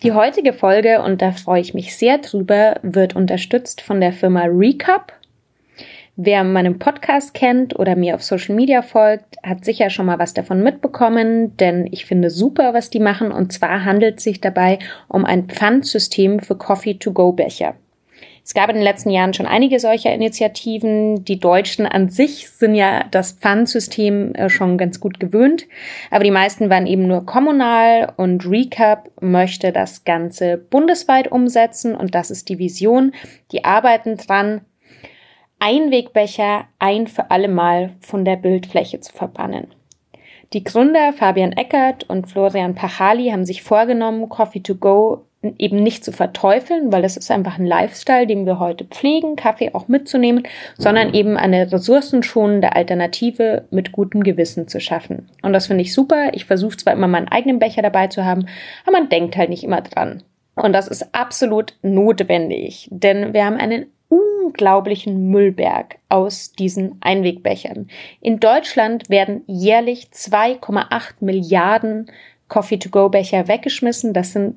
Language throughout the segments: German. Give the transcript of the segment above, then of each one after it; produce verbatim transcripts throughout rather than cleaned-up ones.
Die heutige Folge, und da freue ich mich sehr drüber, wird unterstützt von der Firma Recup. Wer meinen Podcast kennt oder mir auf Social Media folgt, hat sicher schon mal was davon mitbekommen, denn ich finde super, was die machen. Und zwar handelt es sich dabei um ein Pfandsystem für Coffee-to-go-Becher. Es gab in den letzten Jahren schon einige solcher Initiativen. Die Deutschen an sich sind ja das Pfandsystem schon ganz gut gewöhnt, aber die meisten waren eben nur kommunal und Recup möchte das Ganze bundesweit umsetzen und das ist die Vision. Die arbeiten dran, Einwegbecher ein für alle Mal von der Bildfläche zu verbannen. Die Gründer Fabian Eckert und Florian Pachali haben sich vorgenommen, Coffee to go eben nicht zu verteufeln, weil das ist einfach ein Lifestyle, den wir heute pflegen, Kaffee auch mitzunehmen, sondern eben eine ressourcenschonende Alternative mit gutem Gewissen zu schaffen. Und das finde ich super. Ich versuche zwar immer meinen eigenen Becher dabei zu haben, aber man denkt halt nicht immer dran. Und das ist absolut notwendig, denn wir haben einen unglaublichen Müllberg aus diesen Einwegbechern. In Deutschland werden jährlich zwei Komma acht Milliarden Coffee-to-go-Becher weggeschmissen. Das sind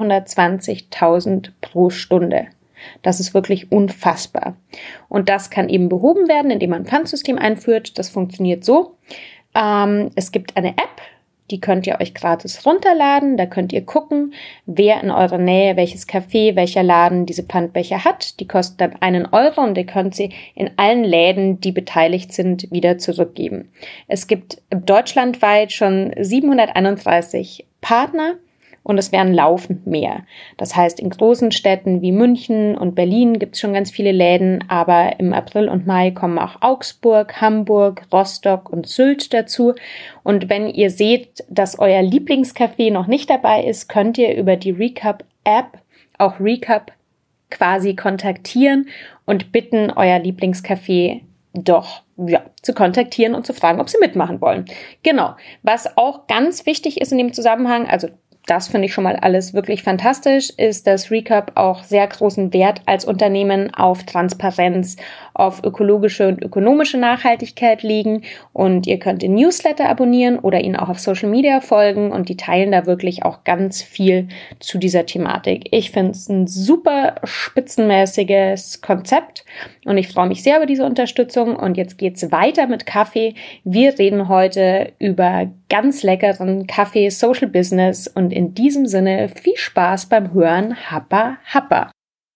dreihundertzwanzigtausend pro Stunde. Das ist wirklich unfassbar. Und das kann eben behoben werden, indem man ein Pfandsystem einführt. Das funktioniert so. Ähm, es gibt eine App, die könnt ihr euch gratis runterladen. Da könnt ihr gucken, wer in eurer Nähe, welches Café, welcher Laden diese Pfandbecher hat. Die kosten dann einen Euro und ihr könnt sie in allen Läden, die beteiligt sind, wieder zurückgeben. Es gibt deutschlandweit schon siebenhunderteinunddreißig Partner und es werden laufend mehr. Das heißt, in großen Städten wie München und Berlin gibt es schon ganz viele Läden, aber im April und Mai kommen auch Augsburg, Hamburg, Rostock und Sylt dazu. Und wenn ihr seht, dass euer Lieblingscafé noch nicht dabei ist, könnt ihr über die Recup-App auch Recup quasi kontaktieren und bitten, euer Lieblingscafé doch ja, zu kontaktieren und zu fragen, ob sie mitmachen wollen. Genau. Was auch ganz wichtig ist in dem Zusammenhang, also das finde ich schon mal alles wirklich fantastisch, ist, dass Recup auch sehr großen Wert als Unternehmen auf Transparenz, auf ökologische und ökonomische Nachhaltigkeit legen. Und ihr könnt den Newsletter abonnieren oder ihnen auch auf Social Media folgen und die teilen da wirklich auch ganz viel zu dieser Thematik. Ich finde es ein super spitzenmäßiges Konzept und ich freue mich sehr über diese Unterstützung. Und jetzt geht's weiter mit Kaffee. Wir reden heute über ganz leckeren Kaffee, Social Business und in diesem Sinne viel Spaß beim Hören. Happa, happa.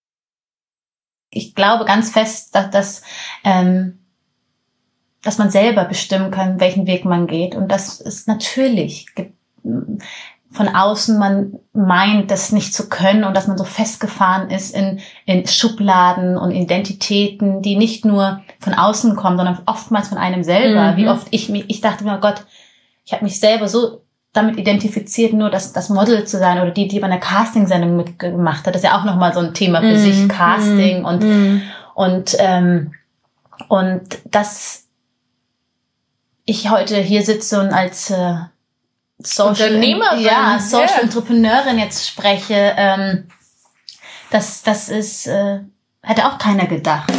Ich glaube ganz fest, dass, dass, ähm, dass man selber bestimmen kann, welchen Weg man geht. Und das ist natürlich von außen, man meint, das nicht zu können und dass man so festgefahren ist in, in Schubladen und Identitäten, die nicht nur von außen kommen, sondern oftmals von einem selber. Mhm. Wie oft ich mich, ich dachte mir, oh Gott, ich habe mich selber so damit identifiziert, nur das, das Model zu sein oder die, die bei einer Castingsendung mitgemacht hat. Das ist ja auch nochmal so ein Thema für mm, sich, Casting mm, und, mm. und, ähm, und dass ich heute hier sitze und als äh, Social, Unternehmerin, ja, Social yeah. Entrepreneurin jetzt spreche, ähm, das, das ist, äh, hätte auch keiner gedacht.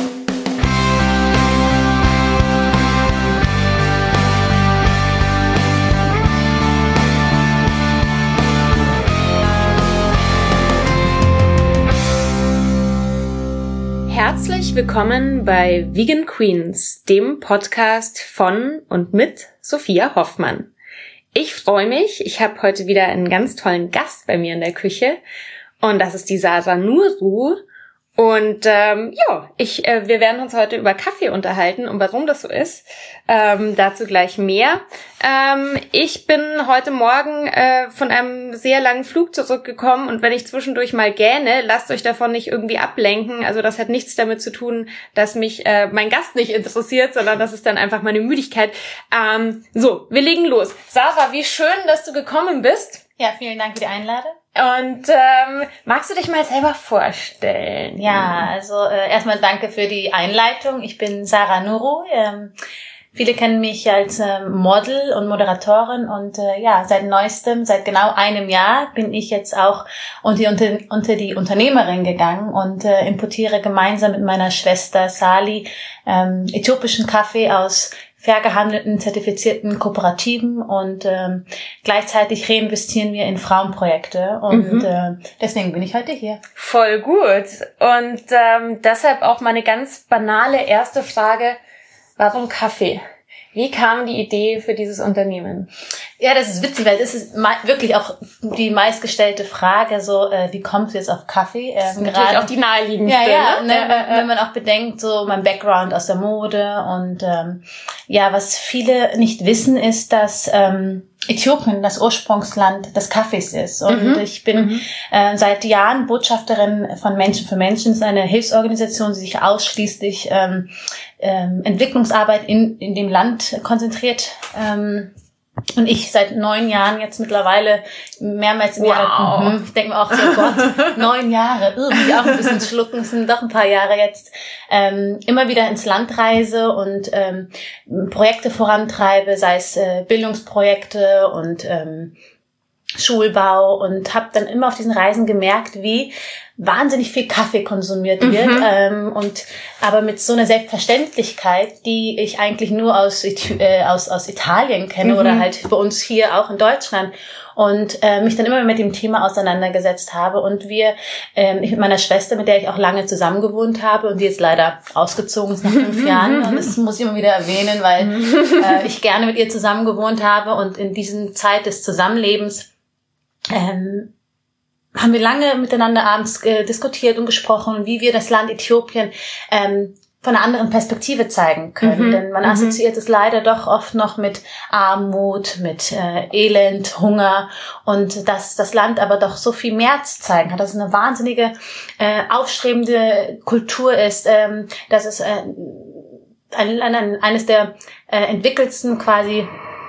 Herzlich willkommen bei Vegan Queens, dem Podcast von und mit Sophia Hoffmann. Ich freue mich, ich habe heute wieder einen ganz tollen Gast bei mir in der Küche und das ist die Sarah Nuru. Und ähm, ja, ich, äh, wir werden uns heute über Kaffee unterhalten und warum das so ist. Ähm, dazu gleich mehr. Ähm, ich bin heute Morgen äh, von einem sehr langen Flug zurückgekommen und wenn ich zwischendurch mal gähne, lasst euch davon nicht irgendwie ablenken. Also das hat nichts damit zu tun, dass mich äh, mein Gast nicht interessiert, sondern das ist dann einfach meine Müdigkeit. Ähm, so, wir legen los. Sarah, wie schön, dass du gekommen bist. Ja, vielen Dank für die Einladung. Und ähm, magst du dich mal selber vorstellen? Ja, also äh, erstmal danke für die Einleitung. Ich bin Sarah Nuru. Ähm, viele kennen mich als äh, Model und Moderatorin und äh, ja, seit neuestem, seit genau einem Jahr bin ich jetzt auch unter die, unter, unter die Unternehmerin gegangen und äh, importiere gemeinsam mit meiner Schwester Sali ähm, äthiopischen Kaffee aus fair gehandelten, zertifizierten Kooperativen und ähm, gleichzeitig reinvestieren wir in Frauenprojekte und mhm. äh, deswegen bin ich heute hier. Voll gut. Und ähm, deshalb auch meine ganz banale erste Frage, warum Kaffee? Wie kam die Idee für dieses Unternehmen? Ja, das ist witzig, weil das ist wirklich auch die meistgestellte Frage, so, äh, wie kommst du jetzt auf Kaffee? Das ist ähm, natürlich auch die naheliegendste. Ja, ja, ne? ne, wenn, wenn man auch bedenkt, so mein Background aus der Mode und ähm, ja, was viele nicht wissen, ist, dass ähm, Äthiopien das Ursprungsland des Kaffees ist. Und mhm. ich bin mhm. äh, seit Jahren Botschafterin von Menschen für Menschen. Das ist eine Hilfsorganisation, die sich ausschließlich ähm, ähm, Entwicklungsarbeit in, in dem Land konzentriert. Ähm, Und ich seit neun Jahren jetzt mittlerweile mehrmals im wow. Jahr, mhm, ich denke mir auch so, Gott, neun Jahre, irgendwie auch ein bisschen schlucken, es sind doch ein paar Jahre jetzt, ähm, immer wieder ins Land reise und ähm, Projekte vorantreibe, sei es äh, Bildungsprojekte und ähm, Schulbau und habe dann immer auf diesen Reisen gemerkt, wie wahnsinnig viel Kaffee konsumiert wird, mhm. ähm, und aber mit so einer Selbstverständlichkeit, die ich eigentlich nur aus äh, aus aus Italien kenne mhm. oder halt bei uns hier auch in Deutschland und äh, mich dann immer mit dem Thema auseinandergesetzt habe und wir, ähm, ich mit meiner Schwester, mit der ich auch lange zusammen gewohnt habe und die jetzt leider ausgezogen ist nach fünf Jahren und das muss ich immer wieder erwähnen, weil äh, ich gerne mit ihr zusammen gewohnt habe und in diesen Zeit des Zusammenlebens ähm, haben wir lange miteinander abends äh, diskutiert und gesprochen, wie wir das Land Äthiopien ähm, von einer anderen Perspektive zeigen können. Mhm. Denn man assoziiert es leider doch oft noch mit Armut, mit äh, Elend, Hunger und dass das Land aber doch so viel mehr zu zeigen hat, dass es eine wahnsinnige, äh, aufstrebende Kultur ist, ähm, dass es äh, ein, ein, eines der äh, entwickelsten quasi...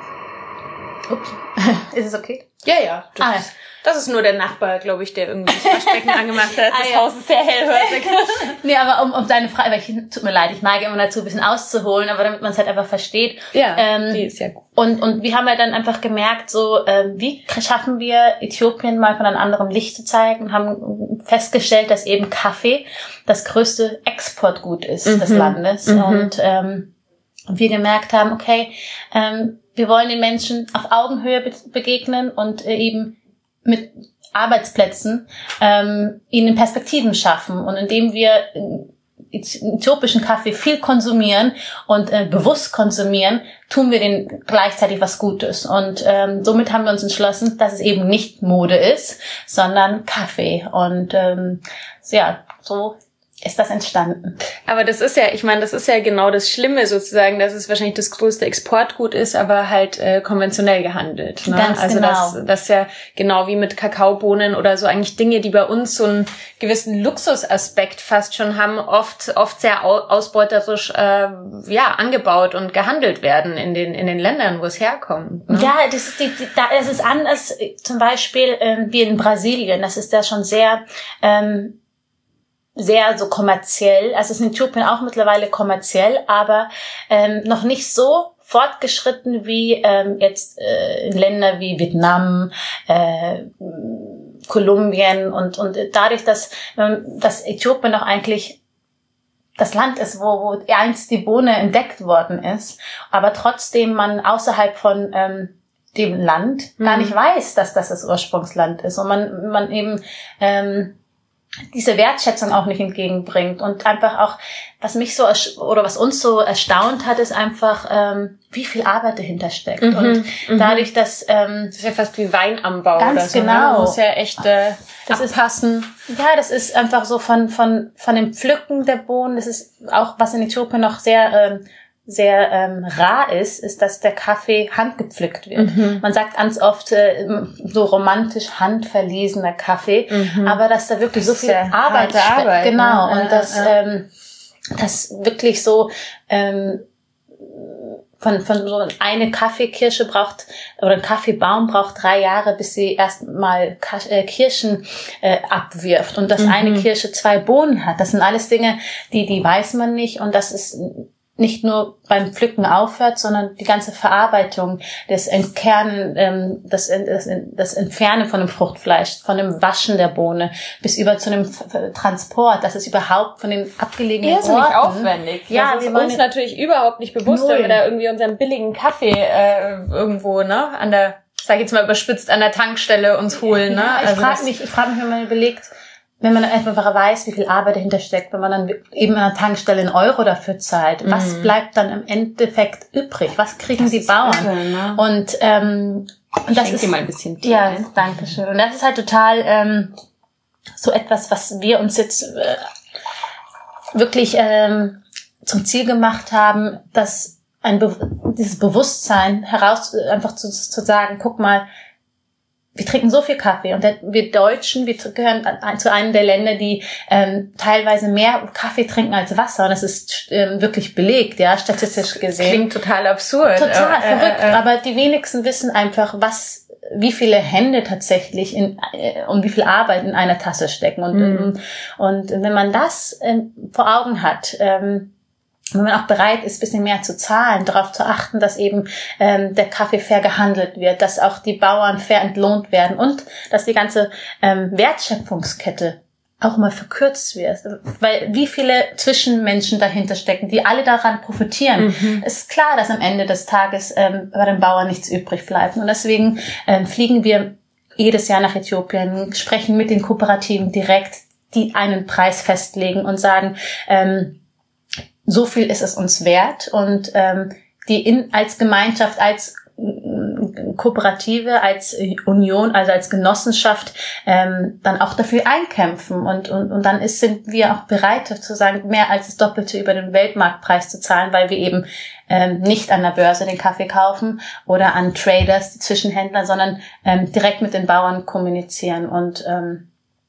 Ups, ist es okay? Ja, ja. Das, ah, ist, das ist nur der Nachbar, glaube ich, der irgendwie das Waschbecken angemacht hat. Das ah, ja. Haus ist sehr hellhörig. Nee, aber um, um deine Frage, weil ich, tut mir leid, ich neige immer dazu, ein bisschen auszuholen, aber damit man es halt einfach versteht. Ja, ähm, die ist ja gut. Und, und wir haben ja dann einfach gemerkt, so, ähm, wie schaffen wir Äthiopien mal von einem anderen Licht zu zeigen, und haben festgestellt, dass eben Kaffee das größte Exportgut ist mhm. des Landes. Mhm. Und ähm, wir gemerkt haben, okay, ähm, wir wollen den Menschen auf Augenhöhe be- begegnen und äh, eben mit Arbeitsplätzen ähm, ihnen Perspektiven schaffen. Und indem wir äthiopischen Kaffee viel konsumieren und äh, bewusst konsumieren, tun wir denen gleichzeitig was Gutes. Und ähm, somit haben wir uns entschlossen, dass es eben nicht Mode ist, sondern Kaffee. Und ähm, ja, so ist das entstanden. Aber das ist ja, ich meine, das ist ja genau das Schlimme sozusagen, dass es wahrscheinlich das größte Exportgut ist, aber halt äh, konventionell gehandelt. Ne? Ganz also genau. das, das ist ja genau wie mit Kakaobohnen oder so eigentlich Dinge, die bei uns so einen gewissen Luxusaspekt fast schon haben, oft oft sehr ausbeuterisch äh, ja angebaut und gehandelt werden in den in den Ländern, wo es herkommt. Ne? Ja, das ist die, die, das ist anders. Zum Beispiel ähm, wie in Brasilien. Das ist da schon sehr ähm, sehr so kommerziell, also es ist in Äthiopien auch mittlerweile kommerziell, aber ähm, noch nicht so fortgeschritten wie ähm, jetzt äh, in Ländern wie Vietnam, äh, Kolumbien und und dadurch, dass ähm, dass Äthiopien noch eigentlich das Land ist, wo, wo einst die Bohne entdeckt worden ist, aber trotzdem man außerhalb von ähm, dem Land mhm. gar nicht weiß, dass das das Ursprungsland ist und man man eben ähm, diese Wertschätzung auch nicht entgegenbringt und einfach auch, was mich so oder was uns so erstaunt hat, ist einfach, ähm, wie viel Arbeit dahinter steckt mhm, und mhm. dadurch, dass ähm, das ist ja fast wie Weinanbau ganz oder so. Genau, man muss ja echt äh, das abpassen. Ist, ja, das ist einfach so von von von dem Pflücken der Bohnen. Das ist auch, was in Äthiopien noch sehr ähm, sehr ähm, rar ist, ist, dass der Kaffee handgepflückt wird. Mhm. Man sagt ganz oft äh, so romantisch handverlesener Kaffee, mhm. aber dass da wirklich so viel Arbeit steckt. Arbeit, genau, ne? und dass ja. ähm, das wirklich so ähm, von von so eine Kaffeekirsche braucht oder ein Kaffeebaum braucht drei Jahre, bis sie erstmal äh, Kirschen äh, abwirft und dass mhm. eine Kirsche zwei Bohnen hat. Das sind alles Dinge, die die weiß man nicht und das ist nicht nur beim Pflücken aufhört, sondern die ganze Verarbeitung, das Entkernen, ähm, das, das, das Entfernen von dem Fruchtfleisch, von dem Waschen der Bohne bis über zu dem Transport, dass es überhaupt von den abgelegenen Orten... Irrsinnig aufwendig. Ja, das ist uns natürlich überhaupt nicht bewusst, wenn wir da irgendwie unseren billigen Kaffee äh, irgendwo, ne, an der, sag ich jetzt mal überspitzt, an der Tankstelle uns holen, ne? Ja, ich also frage mich, ich frage mich, wenn man überlegt, wenn man einfach weiß, wie viel Arbeit dahinter steckt, wenn man dann eben an der Tankstelle einen Euro dafür zahlt, mhm. was bleibt dann im Endeffekt übrig? Was kriegen das die Bauern? Irre, ne? Und ähm, und das ich ist dir mal ein bisschen Tee, ja, ne? danke schön. Und das ist halt total ähm, so etwas, was wir uns jetzt äh, wirklich ähm, zum Ziel gemacht haben, dass ein Be- dieses Bewusstsein heraus einfach zu, zu sagen, guck mal, wir trinken so viel Kaffee und wir Deutschen, wir gehören zu einem der Länder, die ähm, teilweise mehr Kaffee trinken als Wasser. Und das ist ähm, wirklich belegt, ja, statistisch gesehen. Klingt total absurd. Total äh, verrückt. Äh, äh. Aber die wenigsten wissen einfach, was, wie viele Hände tatsächlich in äh, und wie viel Arbeit in einer Tasse stecken. Und mhm. und, und wenn man das äh, vor Augen hat, ähm, wenn man auch bereit ist, ein bisschen mehr zu zahlen, darauf zu achten, dass eben ähm, der Kaffee fair gehandelt wird, dass auch die Bauern fair entlohnt werden und dass die ganze ähm, Wertschöpfungskette auch mal verkürzt wird. Weil wie viele Zwischenmenschen dahinter stecken, die alle daran profitieren. Mhm. Ist klar, dass am Ende des Tages ähm, bei den Bauern nichts übrig bleibt. Und deswegen ähm, fliegen wir jedes Jahr nach Äthiopien, sprechen mit den Kooperativen direkt, die einen Preis festlegen und sagen, ähm, so viel ist es uns wert und ähm, die in als Gemeinschaft, als äh, Kooperative, als Union, also als Genossenschaft ähm, dann auch dafür einkämpfen und und und dann ist sind wir auch bereit zu sagen, mehr als das Doppelte über den Weltmarktpreis zu zahlen, weil wir eben ähm, nicht an der Börse den Kaffee kaufen oder an Traders, die Zwischenhändler, sondern ähm, direkt mit den Bauern kommunizieren und ähm,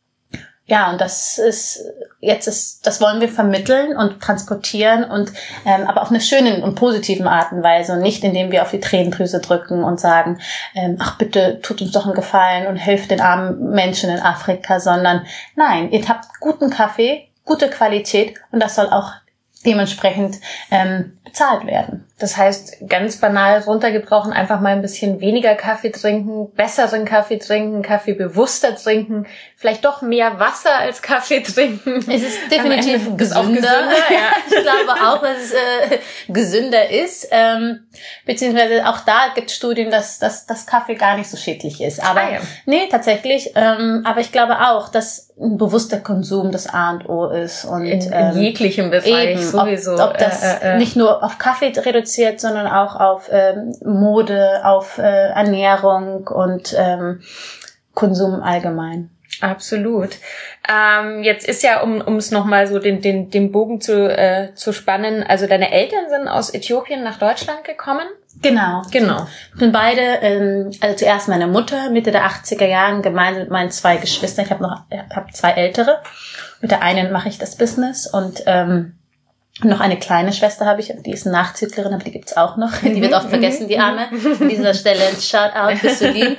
ja, und das ist, jetzt ist, das wollen wir vermitteln und transportieren und, ähm, aber auf eine schöne und positiven Art und Weise und nicht, indem wir auf die Tränendrüse drücken und sagen, ähm, ach bitte, tut uns doch einen Gefallen und helft den armen Menschen in Afrika, sondern nein, ihr habt guten Kaffee, gute Qualität und das soll auch dementsprechend, ähm, bezahlt werden. Das heißt, ganz banal runtergebrochen, einfach mal ein bisschen weniger Kaffee trinken, besseren Kaffee trinken, Kaffee bewusster trinken, vielleicht doch mehr Wasser als Kaffee trinken. Es ist definitiv gesünder. Auch gesünder ja. Ich glaube auch, dass es äh, gesünder ist. Ähm, beziehungsweise auch da gibt es Studien, dass, dass, dass Kaffee gar nicht so schädlich ist. Aber ah, ja. nee, tatsächlich. Ähm, aber ich glaube auch, dass ein bewusster Konsum das A und O ist. Und, in, in ähm, jeglichem Bereich eben, sowieso. Ob, ob das äh, äh, nicht nur auf Kaffee reduziert, sondern auch auf ähm, Mode, auf äh, Ernährung und ähm, Konsum allgemein. Absolut. Ähm, jetzt ist ja, um um es nochmal so den den den Bogen zu äh, zu spannen, also deine Eltern sind aus Äthiopien nach Deutschland gekommen? Genau. Genau. Ich bin beide, ähm, also zuerst meine Mutter, Mitte der achtziger Jahren, gemeinsam mit meinen zwei Geschwistern. Ich habe noch hab zwei ältere. Mit der einen mache ich das Business und ähm, noch eine kleine Schwester habe ich, die ist Nachzüglerin, aber die gibt's auch noch. Die wird oft vergessen, die Arme. An dieser Stelle ein Shoutout für Celine.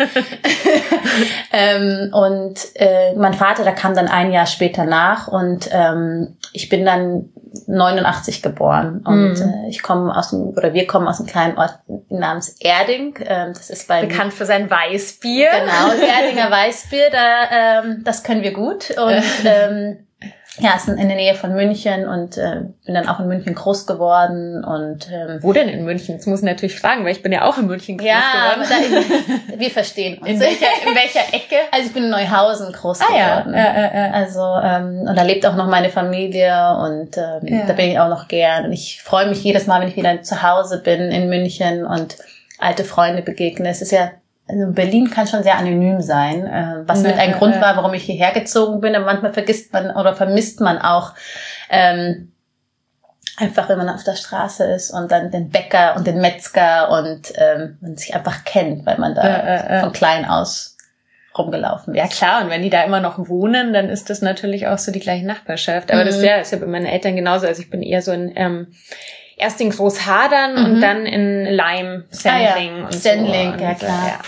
ähm, und äh, mein Vater, der kam dann ein Jahr später nach und ähm, ich bin dann neunundachtzig geboren und mhm. äh, ich komme aus dem, oder wir kommen aus einem kleinen Ort namens Erding. Ähm, das ist bei bekannt für sein Weißbier. Genau, das Erdinger Weißbier, da ähm, das können wir gut und ähm, ja, ist in der Nähe von München und äh, bin dann auch in München groß geworden und ähm, wo denn in München? Jetzt muss ich natürlich fragen, weil ich bin ja auch in München groß ja, geworden. Ja, wir verstehen uns. In welcher, in welcher Ecke? Also ich bin in Neuhausen groß ah, geworden. Ja. Ja, ja, ja. Also ähm, und da lebt auch noch meine Familie und ähm, ja. da bin ich auch noch gern. Und ich freue mich jedes Mal, wenn ich wieder zu Hause bin in München und alte Freunde begegne. Es ist ja Also Berlin kann schon sehr anonym sein, äh, was mit ein ja, Grund ja. war, warum ich hierher gezogen bin. Aber manchmal vergisst man oder vermisst man auch ähm, einfach, wenn man auf der Straße ist und dann den Bäcker und den Metzger und ähm, man sich einfach kennt, weil man da ja, ja, ja. von klein aus rumgelaufen ist. Ja klar, und wenn die da immer noch wohnen, dann ist das natürlich auch so die gleiche Nachbarschaft. Aber mhm. das ist ja, ist ja bei meinen Eltern genauso. Also ich bin eher so ein ähm, erst in Großhadern mhm. und dann in Leim, Sendling ah, ja. und Sendling, so. ja und, klar. Ja.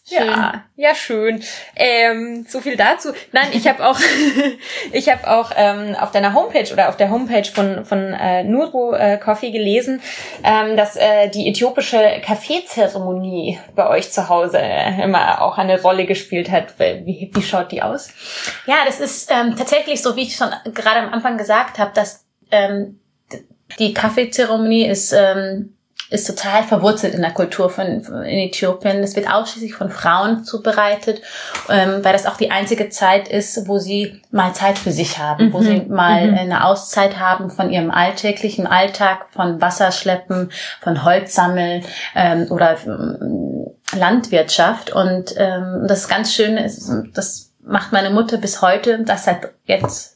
Schön. Ja, ja, schön. Ähm, so viel dazu. Nein, ich habe auch, ich habe auch ähm, auf deiner Homepage oder auf der Homepage von von äh, Nuru äh, Coffee gelesen, ähm, dass äh, die äthiopische Kaffeezeremonie bei euch zu Hause immer auch eine Rolle gespielt hat. Wie, wie schaut die aus? Ja, das ist ähm, tatsächlich so, wie ich schon gerade am Anfang gesagt habe, dass ähm, die Kaffeezeremonie ist ähm, ist total verwurzelt in der Kultur von, von in Äthiopien. Es wird ausschließlich von Frauen zubereitet, ähm, weil das auch die einzige Zeit ist, wo sie mal Zeit für sich haben, mhm. wo sie mal mhm. eine Auszeit haben von ihrem alltäglichen Alltag, von Wasserschleppen, von Holzsammeln ähm, oder ähm, Landwirtschaft. Und ähm, das ganz Schöne ist, das macht meine Mutter bis heute, das seit jetzt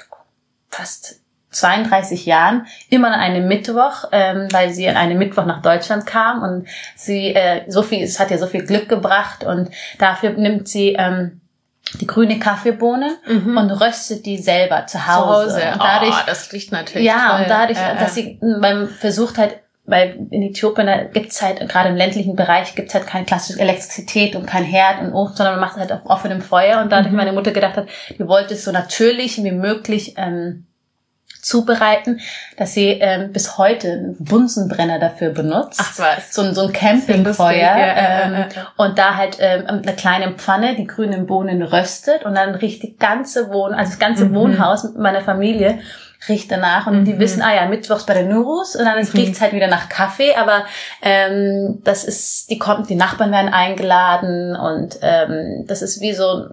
fast zweiunddreißig Jahren, immer an einem Mittwoch, ähm, weil sie an einem Mittwoch nach Deutschland kam und sie äh, so viel, es hat ihr so viel Glück gebracht und dafür nimmt sie ähm, die grüne Kaffeebohne mhm. und röstet die selber zu Hause. Zu Hause. Und dadurch, oh, das riecht natürlich ja, toll. Und dadurch, äh, dass sie beim versucht halt, weil in Äthiopien, da gibt's halt, gerade im ländlichen Bereich, gibt's halt keine klassische Elektrizität und kein Herd und Ofen, sondern man macht es halt auf offenem Feuer. Und dadurch mhm. meine Mutter gedacht hat, die wollte es so natürlich wie möglich ähm, zubereiten, dass sie ähm, bis heute einen Bunsenbrenner dafür benutzt. Ach was. So, so ein Campingfeuer. Ja, ähm, äh, äh, äh. Und da halt ähm, eine kleine Pfanne die grünen Bohnen röstet und dann riecht die ganze Wohn, also das ganze mhm. Wohnhaus mit meiner Familie riecht danach und mhm. die wissen, ah ja, mittwochs bei den Nurus und dann mhm. riecht es halt wieder nach Kaffee, aber ähm, das ist, die kommen, die Nachbarn werden eingeladen und ähm, das ist wie so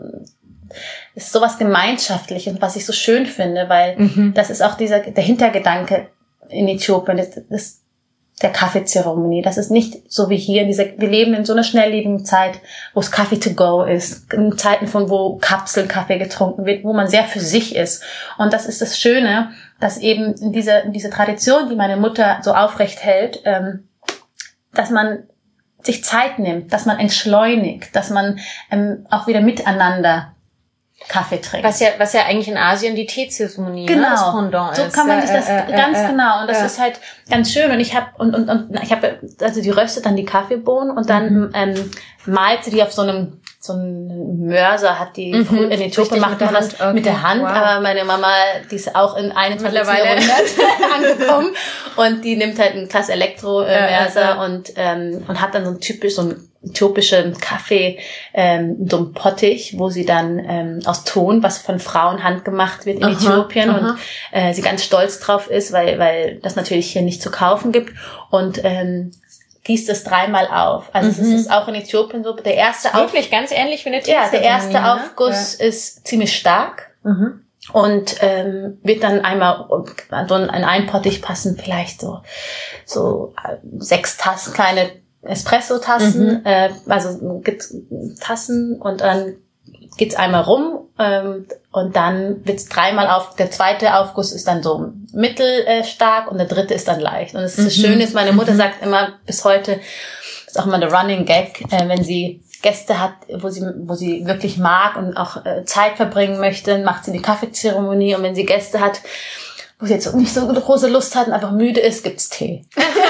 ist sowas Gemeinschaftliches, was ich so schön finde, weil mhm. das ist auch dieser der Hintergedanke in Äthiopien, das, das, der Kaffeezeremonie. Das ist nicht so wie hier. Diese, wir leben in so einer schnelllebigen Zeit, wo es Kaffee to go ist, in Zeiten von wo Kapselkaffee getrunken wird, wo man sehr für sich ist. Und das ist das Schöne, dass eben in dieser in diese Tradition, die meine Mutter so aufrecht hält, ähm, dass man sich Zeit nimmt, dass man entschleunigt, dass man ähm, auch wieder miteinander Kaffee trinkt. Was ja, was ja eigentlich in Asien die Teezeremonie, genau. ne, das Pendant so ist. kann man sich das äh, äh, ganz äh, genau und das äh. ist halt ganz schön und ich habe und und und ich habe also die röstet dann die Kaffeebohnen und dann mhm. ähm, malt sie die auf so einem so ein Mörser hat die mhm. in Äthiopien macht man das okay. mit der Hand, wow. aber meine Mama, die ist auch in einundzwanzigsten Jahrhundert angekommen und die nimmt halt einen klasse Elektro-Mörser äh, äh, äh. und ähm, und hat dann so ein typisch so ein äthiopischen Kaffee, ähm, so ein Pottich, wo sie dann ähm, aus Ton, was von Frauen handgemacht wird in aha, Äthiopien aha. und äh, sie ganz stolz drauf ist, weil weil das natürlich hier nicht zu kaufen gibt und ähm, gießt es dreimal auf. Also mhm. es ist auch in Äthiopien so. Der erste Aufguss wirklich ganz ähnlich wie eine Teezeremonie. Ja, der erste ne? Aufguss ja. ist ziemlich stark mhm. und ähm, wird dann einmal so in ein Pottich passen vielleicht so so sechs Tassen kleine Espresso-Tassen, mhm. äh, also Tassen und dann geht's einmal rum ähm, und dann wird's dreimal auf. Der zweite Aufguss ist dann so mittelstark äh, und der dritte ist dann leicht. Und das, mhm. das Schöne ist, meine Mutter mhm. sagt immer bis heute, das ist auch immer der Running Gag, äh, wenn sie Gäste hat, wo sie wo sie wirklich mag und auch äh, Zeit verbringen möchte, macht sie die Kaffeezeremonie und wenn sie Gäste hat, wo sie jetzt nicht so große Lust hat und einfach müde ist, gibt's Tee.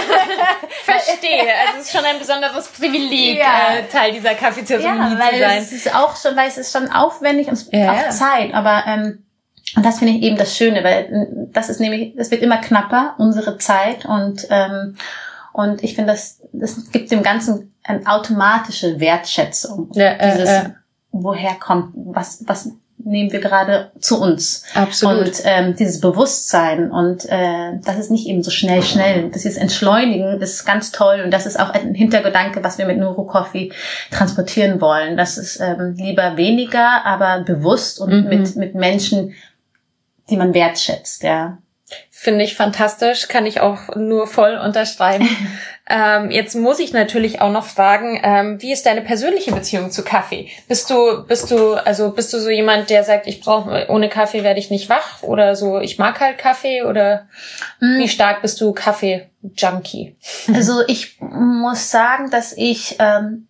Verstehe. Also es ist schon ein besonderes Privileg, ja. äh, Teil dieser Kaffeezeremonie ja, zu sein. Es ist auch schon, weil es ist schon aufwendig und es ja, braucht ja. Zeit. Aber ähm, und das finde ich eben das Schöne, weil das ist nämlich, es wird immer knapper, unsere Zeit und ähm, und ich finde, das das gibt dem Ganzen eine automatische Wertschätzung. Ja, äh, Dieses, äh. woher kommt, was was nehmen wir gerade zu uns. Absolut. Und ähm, dieses Bewusstsein und äh, das ist nicht eben so schnell, schnell. Das ist Entschleunigen, das ist ganz toll und das ist auch ein Hintergedanke, was wir mit Nuru Coffee transportieren wollen. Das ist ähm, lieber weniger, aber bewusst und mhm. mit mit Menschen, die man wertschätzt, ja. Finde ich fantastisch, kann ich auch nur voll unterschreiben. ähm, jetzt muss ich natürlich auch noch fragen, ähm, wie ist deine persönliche Beziehung zu Kaffee? Bist du, bist du, also bist du so jemand, der sagt, ich brauche ohne Kaffee werde ich nicht wach oder so, ich mag halt Kaffee oder mm. wie stark bist du Kaffee-Junkie? Also ich muss sagen, dass ich ähm,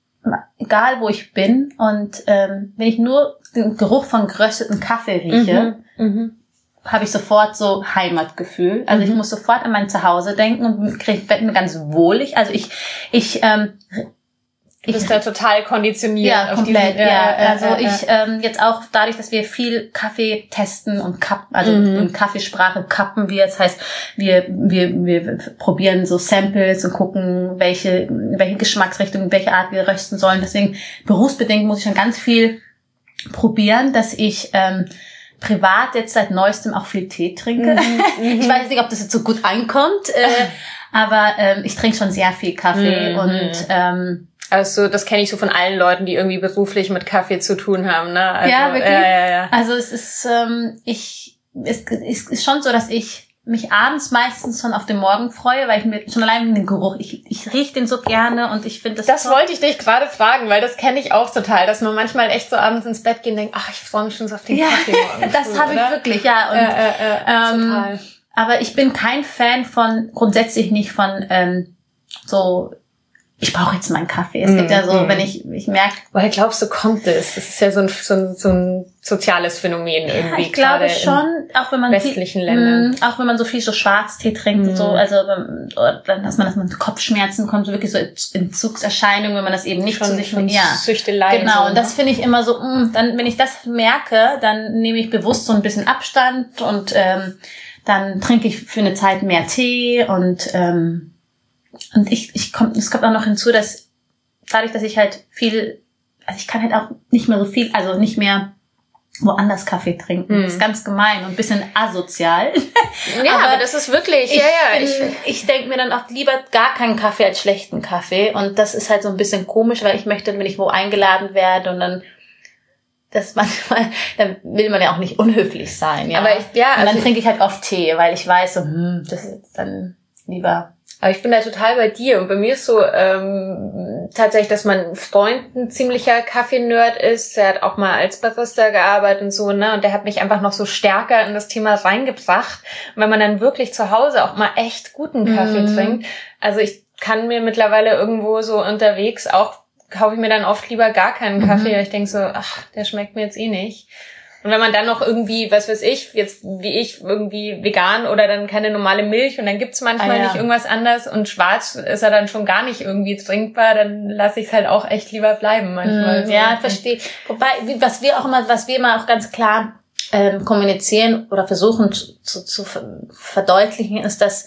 egal wo ich bin und ähm, wenn ich nur den Geruch von gerösteten Kaffee rieche, mhm, mhm. habe ich sofort so Heimatgefühl. Also mhm. ich muss sofort an mein Zuhause denken und kriege mir ganz wohlig. Also ich ich ähm, Du bist da total konditioniert. Ja, komplett, diesen, ja. ja. Also äh, ich ähm, jetzt auch dadurch, dass wir viel Kaffee testen und kappen, also mhm. in Kaffeesprache kappen wir. Das heißt, wir wir wir probieren so Samples und gucken, welche welche Geschmacksrichtung, welche Art wir rösten sollen. Deswegen berufsbedingt muss ich schon ganz viel probieren, dass ich ähm, privat jetzt seit neuestem auch viel Tee trinke. Mhm. Ich weiß nicht, ob das jetzt so gut ankommt, äh, aber ähm, ich trinke schon sehr viel Kaffee mhm. und ähm, also das kenne ich so von allen Leuten, die irgendwie beruflich mit Kaffee zu tun haben, ne? Also, ja, wirklich. Ja, ja, ja. Also es ist, ähm, ich, es ist, ist schon so, dass ich mich abends meistens schon auf den Morgen freue, weil ich mir schon allein den Geruch, ich, ich rieche den so gerne und ich finde das. Das toll. Wollte ich dich gerade fragen, weil das kenne ich auch total, dass man manchmal echt so abends ins Bett geht und denkt, ach, ich freue mich schon so auf den ja, Kaffee morgen. Das habe ich wirklich, ja. Und, äh, äh, äh, ähm, total. Aber ich bin kein Fan von, grundsätzlich nicht von ähm, so, ich brauche jetzt meinen Kaffee. Es mm, gibt ja so, mm. wenn ich ich merke... Woher glaubst du, kommt es? Das ist ja so ein, so ein, so ein soziales Phänomen irgendwie. Ja, ich glaube schon, auch wenn man... westlichen viel, Ländern. Mh, auch wenn man so viel so Schwarztee trinkt mm. und so, also oder dass man, dass man Kopfschmerzen kommt, so wirklich so Entzugserscheinungen, wenn man das eben nicht schon, zu sich... Schon ja, Süchtelei. Genau, so, und das finde ich immer so, mh, dann wenn ich das merke, dann nehme ich bewusst so ein bisschen Abstand und ähm, dann trinke ich für eine Zeit mehr Tee und... ähm, Und ich, ich komm, es kommt auch noch hinzu, dass dadurch, dass ich halt viel, also ich kann halt auch nicht mehr so viel, also nicht mehr woanders Kaffee trinken. Mm. Das ist ganz gemein und ein bisschen asozial. Ja, aber, aber das ist wirklich, ich ja, ja. Bin, ich ich denke mir dann auch lieber gar keinen Kaffee als schlechten Kaffee und das ist halt so ein bisschen komisch, weil ich möchte, wenn ich wo eingeladen werde und dann das manchmal, dann will man ja auch nicht unhöflich sein, ja. Aber ich, ja. Und dann also trinke ich halt oft Tee, weil ich weiß so, hm, das ist dann lieber... Aber ich bin da total bei dir. Und bei mir ist so ähm, tatsächlich, dass mein Freund ein ziemlicher Kaffee-Nerd ist. Der hat auch mal als Barista gearbeitet und so, ne? Und der hat mich einfach noch so stärker in das Thema reingebracht. Und wenn man dann wirklich zu Hause auch mal echt guten Kaffee mm. trinkt. Also ich kann mir mittlerweile irgendwo so unterwegs auch, kaufe ich mir dann oft lieber gar keinen Kaffee. Mm. Weil ich denke so, ach, der schmeckt mir jetzt eh nicht. Und wenn man dann noch irgendwie, was weiß ich, jetzt wie ich, irgendwie vegan oder dann keine normale Milch und dann gibt's manchmal ah, ja. nicht irgendwas anderes und schwarz ist er dann schon gar nicht irgendwie trinkbar, dann lasse ich es halt auch echt lieber bleiben manchmal. Mm, so. Ja, verstehe. Wobei, was wir auch immer, was wir immer auch ganz klar ähm, kommunizieren oder versuchen zu, zu, zu verdeutlichen, ist, dass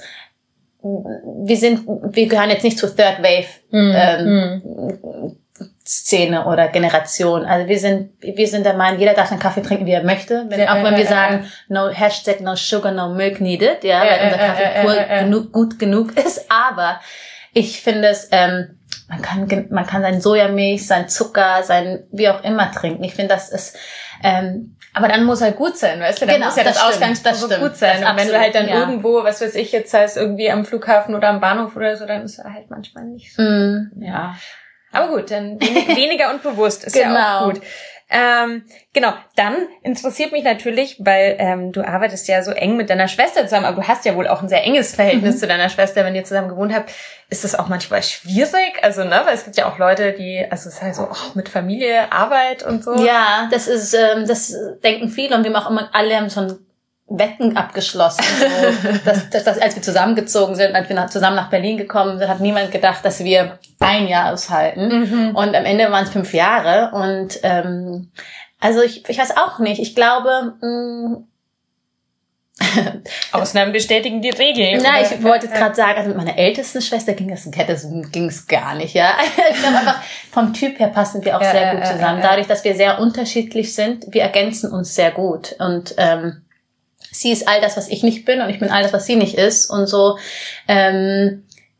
wir sind, wir gehören jetzt nicht zur Third Wave mm, ähm, mm. Szene oder Generation. Also wir sind, wir sind der Meinung, jeder darf einen Kaffee trinken, wie er möchte. Wenn, ja, auch wenn äh, wir äh, sagen, äh, no Hashtag, no sugar, no milk needed, ja, äh, weil unser Kaffee äh, pur äh, genug, gut genug ist. Aber ich finde es, ähm, man kann, man kann sein Sojamilch, sein Zucker, sein, wie auch immer trinken. Ich finde, das ist, ähm, aber dann muss halt gut sein, weißt du? Dann genau, muss ja das, das Ausgangsprodukt gut sein. Und wenn du halt dann ja. irgendwo, was weiß ich, jetzt heißt irgendwie am Flughafen oder am Bahnhof oder so, dann ist er halt manchmal nicht so. Mm, ja. Aber gut, dann weniger und bewusst ist genau. ja auch gut. Ähm, genau, dann interessiert mich natürlich, weil ähm, du arbeitest ja so eng mit deiner Schwester zusammen, aber du hast ja wohl auch ein sehr enges Verhältnis mhm. zu deiner Schwester, wenn ihr zusammen gewohnt habt. Ist das auch manchmal schwierig? Also, ne, weil es gibt ja auch Leute, die, also es ist halt so, oh, mit Familie, Arbeit und so. Ja, das ist, ähm, das denken viele und wir haben auch immer, alle haben schon Wetten abgeschlossen. So, dass, dass, dass, als wir zusammengezogen sind, als wir nach, zusammen nach Berlin gekommen sind, hat niemand gedacht, dass wir ein Jahr aushalten. Mhm. Und am Ende waren es fünf Jahre. Und ähm, also ich, ich weiß auch nicht. Ich glaube, mh, Ausnahmen bestätigen die Regel. Na, ich wollte gerade sagen, also mit meiner ältesten Schwester ging es ging es gar nicht, ja. Ich glaube einfach, vom Typ her passen wir auch ja, sehr gut zusammen. Dadurch, dass wir sehr unterschiedlich sind, wir ergänzen uns sehr gut. Und ähm, sie ist all das, was ich nicht bin und ich bin all das, was sie nicht ist. Und so ähm,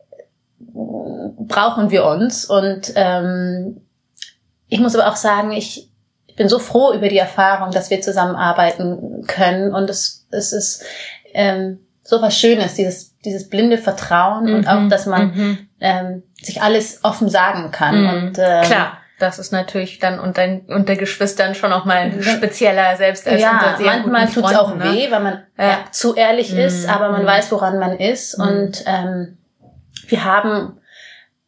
brauchen wir uns. Und ähm, ich muss aber auch sagen, ich bin so froh über die Erfahrung, dass wir zusammenarbeiten können. Und es, es ist ähm, so was Schönes, dieses, dieses blinde Vertrauen mhm. und auch, dass man mhm. ähm, sich alles offen sagen kann. Mhm. Und ähm, klar. Das ist natürlich dann unter, unter Geschwistern schon auch mal spezieller, selbst als ja, unter sehr manchmal tut's auch ne? weh, weil man ja. Ja, zu ehrlich mm, ist, aber man mm. weiß, woran man ist. Mm. Und ähm, wir haben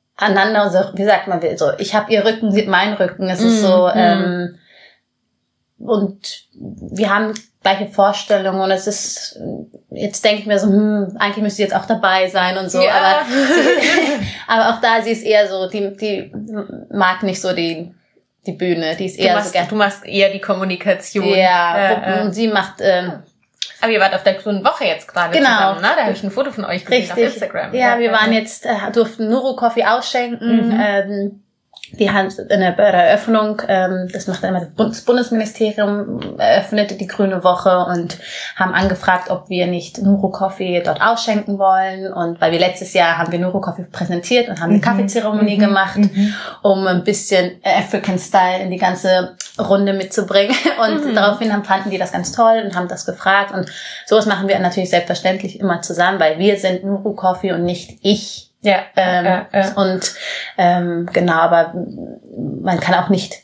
einander, so, wie sagt man so, ich habe ihr Rücken, sieht mein Rücken. Es mm, ist so, mm. ähm, und wir haben gleiche Vorstellungen und es ist, jetzt denke ich mir so, hm, eigentlich müsste sie jetzt auch dabei sein und so, ja. aber, sie, aber auch da, sie ist eher so, die, die mag nicht so die, die Bühne, die ist eher du machst, so gern. Du machst eher die Kommunikation. Ja, äh, und sie macht, ähm, aber ihr wart auf der grünen Woche jetzt gerade genau. zusammen, ne? Da habe ich ein Foto von euch gesehen Richtig. auf Instagram. Ja, ja wir waren jetzt, äh, durften Nuru Coffee ausschenken, mhm. ähm, die haben eine Eröffnung, ähm, das macht einmal das Bundesministerium, eröffnete die Grüne Woche und haben angefragt, ob wir nicht Nuru Coffee dort ausschenken wollen. Und weil wir letztes Jahr haben wir Nuru Coffee präsentiert und haben eine mhm. Kaffeezeremonie mhm. gemacht, mhm. um ein bisschen African Style in die ganze Runde mitzubringen. Und mhm. daraufhin haben, fanden die das ganz toll und haben das gefragt. Und sowas machen wir natürlich selbstverständlich immer zusammen, weil wir sind Nuru Coffee und nicht ich. Ja, ähm, ja, ja. Und ähm, genau, aber man kann auch nicht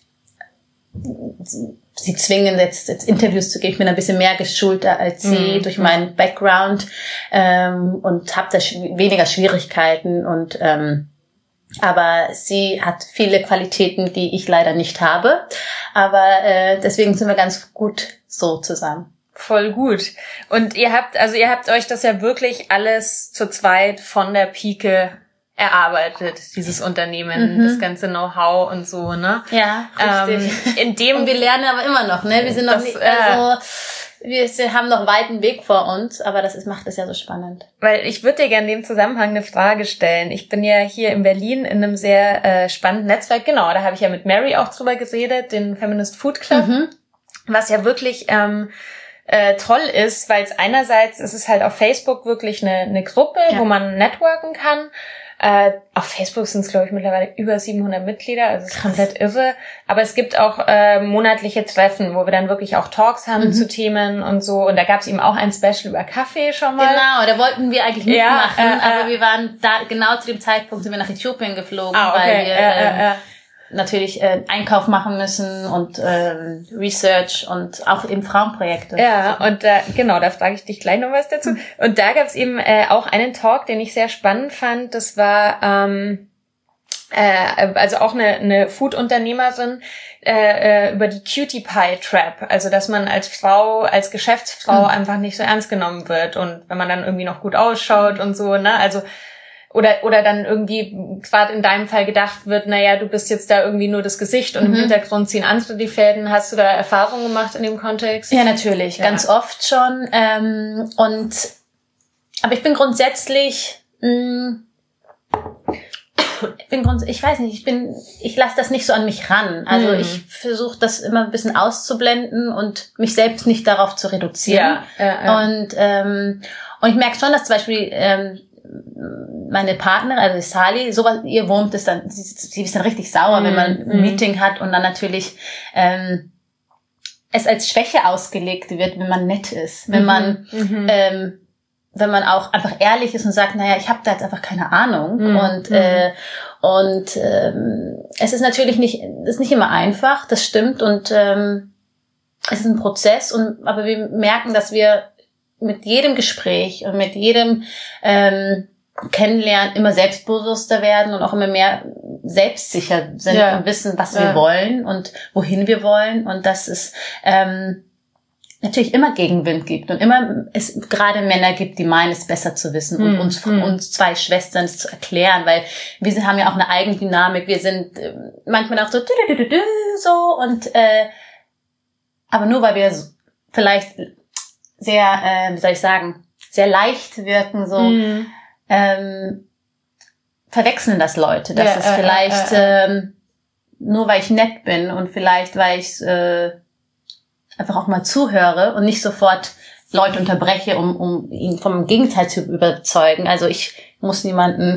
sie zwingen, jetzt, jetzt Interviews zu geben. Ich bin ein bisschen mehr geschulter als sie mhm. durch meinen Background ähm, und habe da sch- weniger Schwierigkeiten. Und ähm, aber sie hat viele Qualitäten, die ich leider nicht habe. Aber äh, deswegen sind wir ganz gut so zusammen. Voll gut. Und ihr habt, also ihr habt euch das ja wirklich alles zu zweit von der Pike erarbeitet, dieses Unternehmen, mhm. das ganze Know-how und so, ne? Ja, richtig. Ähm, in dem und wir lernen aber immer noch, ne? Wir sind noch das, nicht, also, wir haben noch einen weiten Weg vor uns, aber das ist, macht es ja so spannend. Weil ich würde dir gerne in dem Zusammenhang eine Frage stellen. Ich bin ja hier in Berlin in einem sehr äh, spannenden Netzwerk, genau, da habe ich ja mit Mary auch drüber geredet, den Feminist Food Club, mhm. was ja wirklich ähm, Äh, toll ist, weil es einerseits ist es halt auf Facebook wirklich eine, eine Gruppe, ja. wo man networken kann. Äh, auf Facebook sind es, glaube ich, mittlerweile über siebenhundert Mitglieder, also es ist komplett irre. Aber es gibt auch äh, monatliche Treffen, wo wir dann wirklich auch Talks haben mhm. zu Themen und so. Und da gab es eben auch ein Special über Kaffee schon mal. Genau, da wollten wir eigentlich mitmachen, ja, äh, aber wir waren da, genau zu dem Zeitpunkt sind wir nach Äthiopien geflogen, ah, okay. weil wir äh, äh, äh, äh. natürlich äh, Einkauf machen müssen und ähm, Research und auch eben Frauenprojekte. Ja, und äh, genau, da frage ich dich gleich noch was dazu. Und da gab es eben äh, auch einen Talk, den ich sehr spannend fand. Das war ähm, äh, also auch eine, eine Food-Unternehmerin äh, äh, über die Cutie Pie Trap. Also dass man als Frau, als Geschäftsfrau mhm. einfach nicht so ernst genommen wird und wenn man dann irgendwie noch gut ausschaut und so, ne? Also Oder oder dann irgendwie gerade in deinem Fall gedacht wird, naja, du bist jetzt da irgendwie nur das Gesicht und mhm. im Hintergrund ziehen andere die Fäden. Hast du da Erfahrungen gemacht in dem Kontext? Ja, natürlich, ja. ganz oft schon. Ähm, und aber ich bin grundsätzlich, mh, ich bin grunds- ich weiß nicht, ich bin, ich lasse das nicht so an mich ran. Also mhm. ich versuche das immer ein bisschen auszublenden und mich selbst nicht darauf zu reduzieren. Ja, ja, ja. Und ähm, und ich merke schon, dass zum Beispiel ähm, meine Partnerin, also Sali, sowas, ihr wurmt es dann, sie, sie ist dann richtig sauer, mm, wenn man ein mm. Meeting hat und dann natürlich ähm, es als Schwäche ausgelegt wird, wenn man nett ist, wenn mm-hmm. man mm-hmm. ähm, wenn man auch einfach ehrlich ist und sagt, naja, ich habe da jetzt einfach keine Ahnung mm. und mm. äh, und ähm, es ist natürlich nicht, ist nicht immer einfach, das stimmt und ähm, es ist ein Prozess und aber wir merken, dass wir mit jedem Gespräch und mit jedem ähm, Kennenlernen immer selbstbewusster werden und auch immer mehr selbstsicher sind ja. und wissen, was ja. wir wollen und wohin wir wollen und dass es ähm, natürlich immer Gegenwind gibt und immer es gerade Männer gibt, die meinen, es besser zu wissen und mm, uns mm. uns zwei Schwestern es zu erklären, weil wir sind, haben ja auch eine Eigendynamik, wir sind äh, manchmal auch so so und äh, aber nur weil wir vielleicht sehr, äh, wie soll ich sagen, sehr leicht wirken, so mm. ähm, verwechseln das Leute, dass ja, es äh, vielleicht äh, äh, ähm, nur weil ich nett bin und vielleicht weil ich äh, einfach auch mal zuhöre und nicht sofort Leute unterbreche, um um ihn vom Gegenteil zu überzeugen. Also ich muss niemanden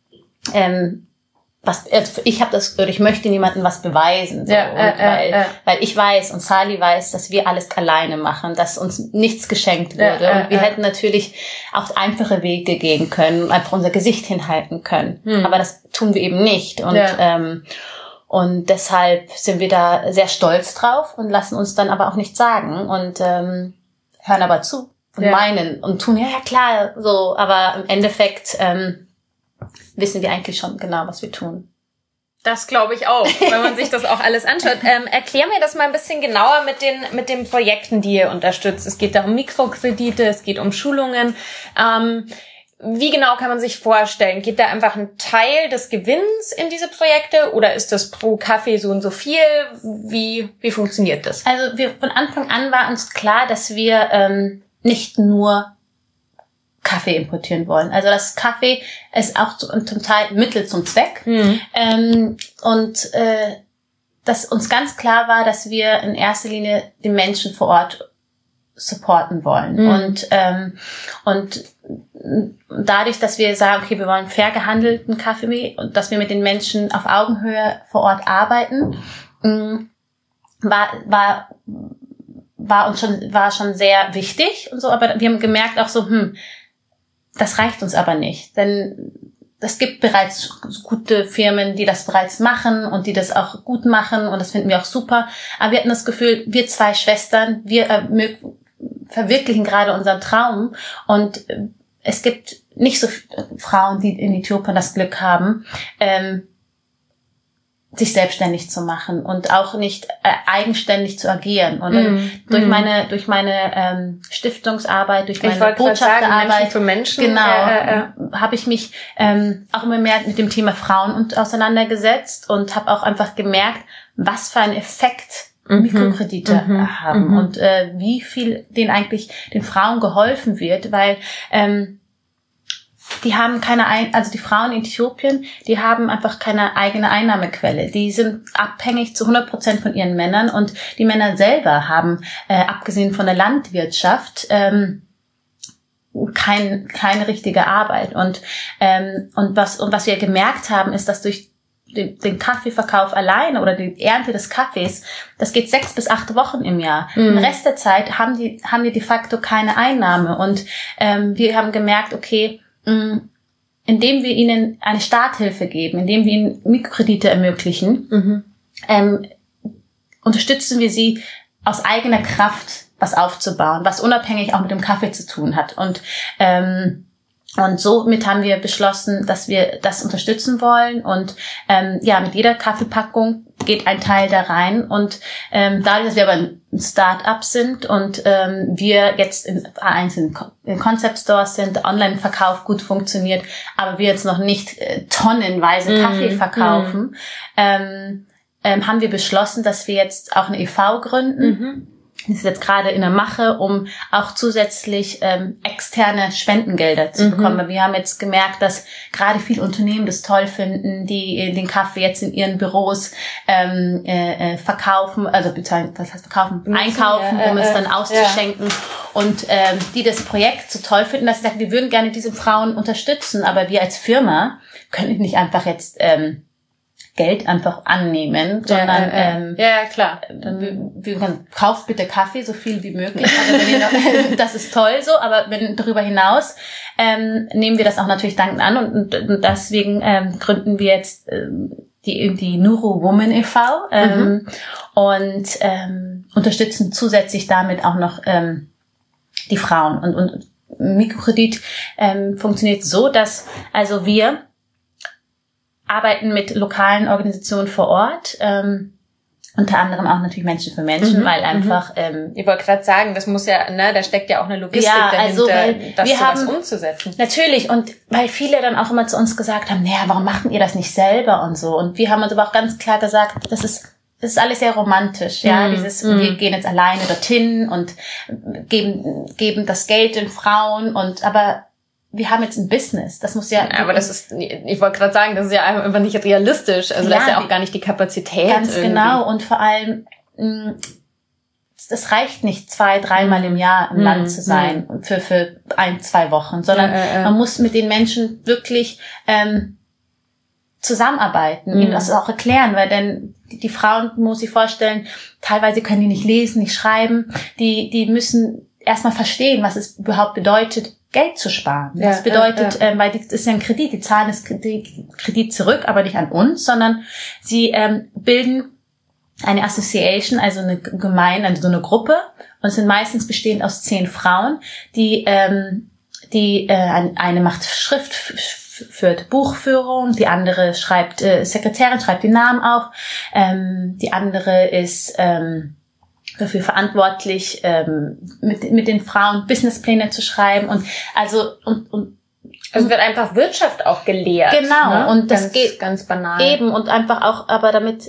ähm, was ich habe das oder ich möchte niemandem was beweisen so. ja, und äh, weil äh, äh. weil ich weiß und Sali weiß, dass wir alles alleine machen, dass uns nichts geschenkt wurde ja, äh, und wir äh. hätten natürlich auch einfache Wege gehen können und einfach unser Gesicht hinhalten können, hm. aber das tun wir eben nicht und ja. ähm, und deshalb sind wir da sehr stolz drauf und lassen uns dann aber auch nichts sagen und ähm, hören aber zu und ja. meinen und tun ja ja klar so, aber im Endeffekt ähm, wissen wir eigentlich schon genau, was wir tun. Das glaube ich auch, wenn man sich das auch alles anschaut. Ähm, erklär mir das mal ein bisschen genauer mit den mit den Projekten, die ihr unterstützt. Es geht da um Mikrokredite, es geht um Schulungen. Ähm, wie genau kann man sich vorstellen? Geht da einfach ein Teil des Gewinns in diese Projekte oder ist das pro Kaffee so und so viel? Wie wie funktioniert das? Also wir von Anfang an war uns klar, dass wir ähm, nicht nur Kaffee importieren wollen. Also das Kaffee ist auch zum Teil Mittel zum Zweck. Mhm. Ähm, und äh, dass uns ganz klar war, dass wir in erster Linie die Menschen vor Ort supporten wollen. Mhm. Und ähm, und dadurch, dass wir sagen, okay, wir wollen fair gehandelten Kaffee und dass wir mit den Menschen auf Augenhöhe vor Ort arbeiten, war war war uns schon war schon sehr wichtig und so. Aber wir haben gemerkt auch so, hm, das reicht uns aber nicht, denn es gibt bereits gute Firmen, die das bereits machen und die das auch gut machen und das finden wir auch super. Aber wir hatten das Gefühl, wir zwei Schwestern, wir äh, verwirklichen gerade unseren Traum und äh, es gibt nicht so viele Frauen, die in Äthiopien das Glück haben, ähm, sich selbstständig zu machen und auch nicht äh, eigenständig zu agieren. Und dann mm, durch mm. meine durch meine ähm, Stiftungsarbeit, durch meine Botschafterarbeit für Menschen, genau, äh, äh, habe ich mich ähm, auch immer mehr mit dem Thema Frauen und auseinandergesetzt und habe auch einfach gemerkt, was für einen Effekt mm-hmm, Mikrokredite mm-hmm, haben mm-hmm. und äh, wie viel denen eigentlich den Frauen geholfen wird, weil ähm, die haben keine, ein also die Frauen in Äthiopien, die haben einfach keine eigene Einnahmequelle. Die sind abhängig zu hundert Prozent von ihren Männern und die Männer selber haben, äh, abgesehen von der Landwirtschaft, ähm, kein, keine richtige Arbeit. Und, ähm, und was, und was wir gemerkt haben, ist, dass durch den, den Kaffeeverkauf alleine oder die Ernte des Kaffees, das geht sechs bis acht Wochen im Jahr. Mhm. Den Rest der Zeit haben die, haben die de facto keine Einnahme. Und, ähm, wir haben gemerkt, okay, indem wir ihnen eine Starthilfe geben, indem wir ihnen Mikrokredite ermöglichen, mhm. ähm, unterstützen wir sie aus eigener Kraft was aufzubauen, was unabhängig auch mit dem Kaffee zu tun hat. Und ähm, und somit haben wir beschlossen, dass wir das unterstützen wollen. Und ähm, ja, mit jeder Kaffeepackung geht ein Teil da rein. Und ähm, dadurch, dass wir aber ein Start-up sind und ähm, wir jetzt in einzelnen Concept Stores sind, der Online-Verkauf gut funktioniert, aber wir jetzt noch nicht äh, tonnenweise mm, Kaffee verkaufen, mm. ähm, ähm, haben wir beschlossen, dass wir jetzt auch eine E V gründen. Mhm. Das ist jetzt gerade in der Mache, um auch zusätzlich ähm, externe Spendengelder zu bekommen. Mhm. Weil wir haben jetzt gemerkt, dass gerade viele Unternehmen das toll finden, die den Kaffee jetzt in ihren Büros ähm, äh, verkaufen, also bezahlen, was heißt verkaufen, einkaufen, ja, äh, um es dann auszuschenken. Ja. Und ähm, die das Projekt so toll finden, dass sie sagen, wir würden gerne diese Frauen unterstützen, aber wir als Firma können nicht einfach jetzt ähm, Geld einfach annehmen, sondern ja, äh, ähm, ja, klar. Dann wir, wir können, kauft bitte Kaffee so viel wie möglich. Also wenn ihr noch, das ist toll so, aber wenn darüber hinaus ähm, nehmen wir das auch natürlich dankend an und, und, und deswegen ähm, gründen wir jetzt ähm, die die Nuru Woman e V ähm, mhm. und ähm, unterstützen zusätzlich damit auch noch ähm, die Frauen und und Mikrokredit ähm, funktioniert so, dass also wir arbeiten mit lokalen Organisationen vor Ort, ähm, unter anderem auch natürlich Menschen für Menschen, mhm, weil einfach... Ähm, ich wollte gerade sagen, das muss ja, ne, da steckt ja auch eine Logistik ja, dahinter, also, weil das wir sowas haben, umzusetzen. Natürlich, und weil viele dann auch immer zu uns gesagt haben, naja, warum macht ihr das nicht selber und so. Und wir haben uns aber auch ganz klar gesagt, das ist das ist alles sehr romantisch, ja, mm, dieses, mm. wir gehen jetzt alleine dorthin und geben geben das Geld den Frauen und aber wir haben jetzt ein Business, das muss ja... ja aber das ist, ich wollte gerade sagen, das ist ja einfach nicht realistisch, also ja, da ist ja auch gar nicht die Kapazität. Ganz irgendwie. Genau, und vor allem, es reicht nicht zwei, dreimal im Jahr im mm, Land zu sein mm. für für ein, zwei Wochen, sondern ja, äh, äh. man muss mit den Menschen wirklich ähm, zusammenarbeiten, mm. ihnen das auch erklären, weil denn die Frauen, muss ich vorstellen, teilweise können die nicht lesen, nicht schreiben, die die müssen erstmal verstehen, was es überhaupt bedeutet, Geld zu sparen. Ja, das bedeutet, ja, ja. Ähm, weil das ist ja ein Kredit, die zahlen das Kredit zurück, aber nicht an uns, sondern sie ähm, bilden eine Association, also eine Gemeinde, also so eine Gruppe, und es sind meistens bestehend aus zehn Frauen, die ähm, die äh, eine macht Schrift führt Buchführung, die andere schreibt äh, Sekretärin, schreibt die Namen auf, ähm, die andere ist ähm, dafür verantwortlich, ähm, mit mit den Frauen Businesspläne zu schreiben und also und und also wird einfach Wirtschaft auch gelehrt. Genau, ne? und das ganz, geht ganz banal. Eben und einfach auch, aber damit,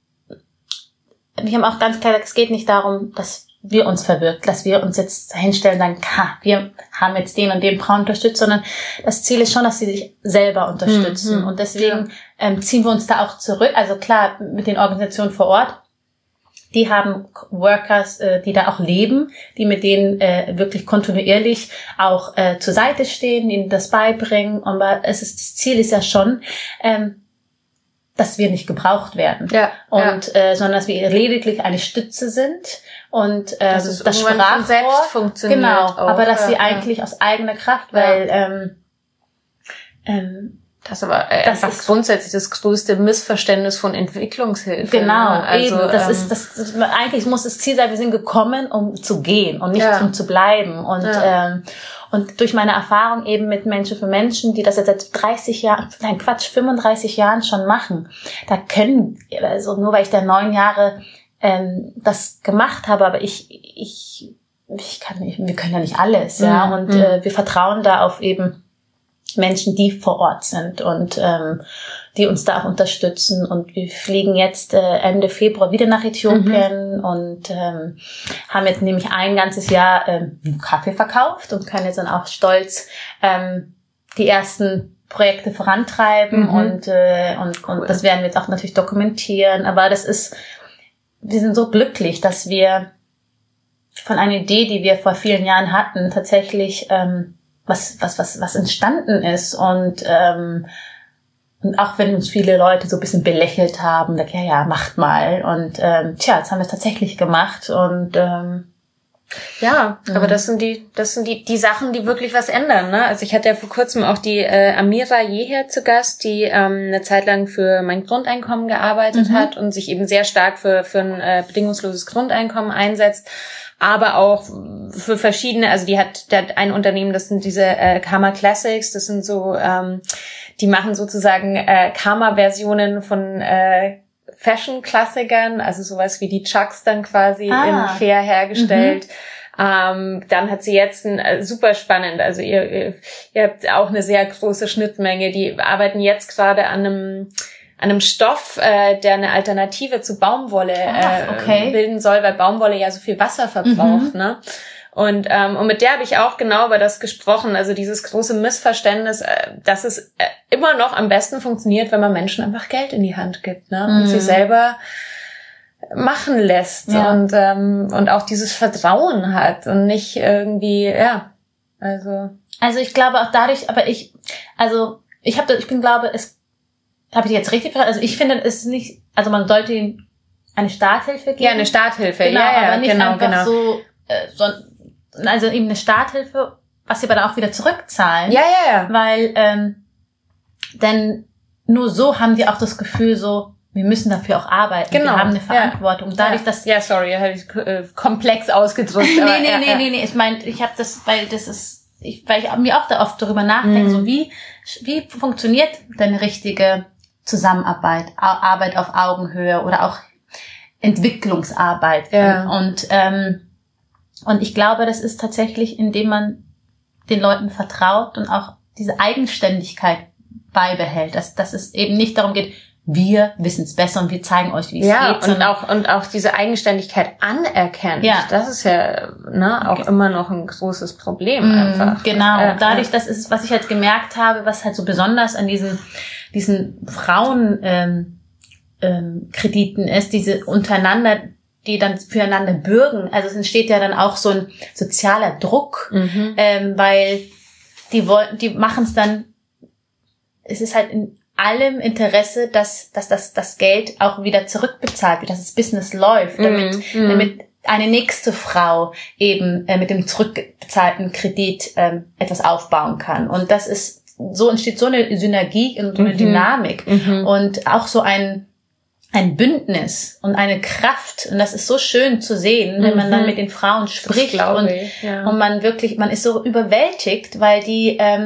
wir haben auch ganz klar gesagt, es geht nicht darum, dass wir uns verwirklichen, dass wir uns jetzt hinstellen und sagen, ha, wir haben jetzt den und den Frauen unterstützt, sondern das Ziel ist schon, dass sie sich selber unterstützen. Mhm. Und deswegen ja. ähm, ziehen wir uns da auch zurück. Also klar, mit den Organisationen vor Ort, die haben Workers, äh, die da auch leben, die mit denen äh, wirklich kontinuierlich auch äh, zur Seite stehen, ihnen das beibringen. Aber es ist, das Ziel ist ja schon, ähm, dass wir nicht gebraucht werden, ja, und ja. Äh, sondern dass wir lediglich eine Stütze sind und ähm, dass es das Sprachrohr selbst funktioniert. Genau, auch, aber dass ja, sie eigentlich ja. aus eigener Kraft, weil ja. ähm, ähm, das ist aber äh, das einfach ist grundsätzlich das größte Missverständnis von Entwicklungshilfe. Genau, also, eben. Das ähm, ist das, das. Eigentlich muss das Ziel sein: Wir sind gekommen, um zu gehen und nicht ja. um zu bleiben. Und ja. ähm, und durch meine Erfahrung eben mit Menschen für Menschen, die das jetzt seit dreißig Jahren, nein Quatsch, fünfunddreißig Jahren schon machen, da können, also nur weil ich da neun Jahre ähm, das gemacht habe, aber ich ich ich kann nicht, wir können ja nicht alles, ja. Mhm. Und äh, wir vertrauen da auf eben Menschen, die vor Ort sind und ähm, die uns da auch unterstützen. Und wir fliegen jetzt äh, Ende Februar wieder nach Äthiopien mhm. und ähm, haben jetzt nämlich ein ganzes Jahr ähm, Kaffee verkauft und können jetzt dann auch stolz ähm, die ersten Projekte vorantreiben mhm. und, äh, und, cool. und das werden wir jetzt auch natürlich dokumentieren. Aber das ist, wir sind so glücklich, dass wir von einer Idee, die wir vor vielen Jahren hatten, tatsächlich ähm, was was was was entstanden ist und ähm, und auch wenn uns viele Leute so ein bisschen belächelt haben, da ja ja macht mal und ähm, tja, jetzt haben wir es tatsächlich gemacht und ähm, ja, mhm. aber das sind die das sind die die Sachen, die wirklich was ändern, ne? Also ich hatte ja vor kurzem auch die äh, Amira Jeher zu Gast, die ähm, eine Zeit lang für mein Grundeinkommen gearbeitet mhm. hat und sich eben sehr stark für für ein äh, bedingungsloses Grundeinkommen einsetzt. Aber auch für verschiedene, also die hat, die hat ein Unternehmen, das sind diese äh, Karma Classics, das sind so, ähm, die machen sozusagen äh, Karma-Versionen von äh, Fashion-Klassikern, also sowas wie die Chucks dann quasi ah. in fair hergestellt. Mhm. Ähm, dann hat sie jetzt ein äh, super spannend, also ihr, ihr, ihr habt auch eine sehr große Schnittmenge, die arbeiten jetzt gerade an einem an einem Stoff, äh, der eine Alternative zu Baumwolle Ach, okay. äh, bilden soll, weil Baumwolle ja so viel Wasser verbraucht, mhm. ne? Und ähm, und mit der habe ich auch genau über das gesprochen, also dieses große Missverständnis, äh, dass es äh, immer noch am besten funktioniert, wenn man Menschen einfach Geld in die Hand gibt, ne? Und mhm. sie selber machen lässt ja. und ähm, und auch dieses Vertrauen hat und nicht irgendwie, ja, also also ich glaube auch dadurch, aber ich, also ich habe, ich bin glaube, es habe ich jetzt richtig verstanden? Also ich finde, es ist nicht, also man sollte ihm eine Starthilfe geben. Ja, eine Starthilfe, genau, ja, ja, aber nicht genau, einfach genau. so, äh, so, also eben eine Starthilfe, was sie aber dann auch wieder zurückzahlen. Ja, ja, ja. Weil, ähm, denn nur so haben die auch das Gefühl so, wir müssen dafür auch arbeiten. Genau. Wir haben eine Verantwortung. Ja. Dadurch, ja. dass ja, sorry, habe ich äh, komplex ausgedrückt. nee, aber, nee, ja, nee, ja. nee, nee, ich meine, ich habe das, weil das ist, ich, weil ich mir auch da oft darüber nachdenke, mhm. so wie, wie funktioniert denn eine richtige Zusammenarbeit, Arbeit auf Augenhöhe oder auch Entwicklungsarbeit. Ja. Und, ähm, und ich glaube, das ist tatsächlich, indem man den Leuten vertraut und auch diese Eigenständigkeit beibehält, dass, dass es eben nicht darum geht, wir wissen es besser und wir zeigen euch, wie es ja, geht. Ja, und auch, und auch diese Eigenständigkeit anerkennt. Ja. Das ist ja, ne, auch okay. immer noch ein großes Problem mm, einfach. Genau. Ja, Dadurch, das ist, was ich halt gemerkt habe, was halt so besonders an diesen, diesen Frauen, ähm, ähm, Krediten ist, diese untereinander, die dann füreinander bürgen. Also es entsteht ja dann auch so ein sozialer Druck, mhm. ähm, weil die wollen, die machen es dann, es ist halt in allem Interesse, dass, dass das, das Geld auch wieder zurückbezahlt wird, dass das Business läuft, damit, mm, damit eine nächste Frau eben äh, mit dem zurückbezahlten Kredit ähm, etwas aufbauen kann. Und das ist, so entsteht so eine Synergie und so eine mm-hmm. Dynamik mm-hmm. und auch so ein, ein Bündnis und eine Kraft. Und das ist so schön zu sehen, wenn mm-hmm. man dann mit den Frauen spricht und, ich, ja. und man wirklich, man ist so überwältigt, weil die, ähm,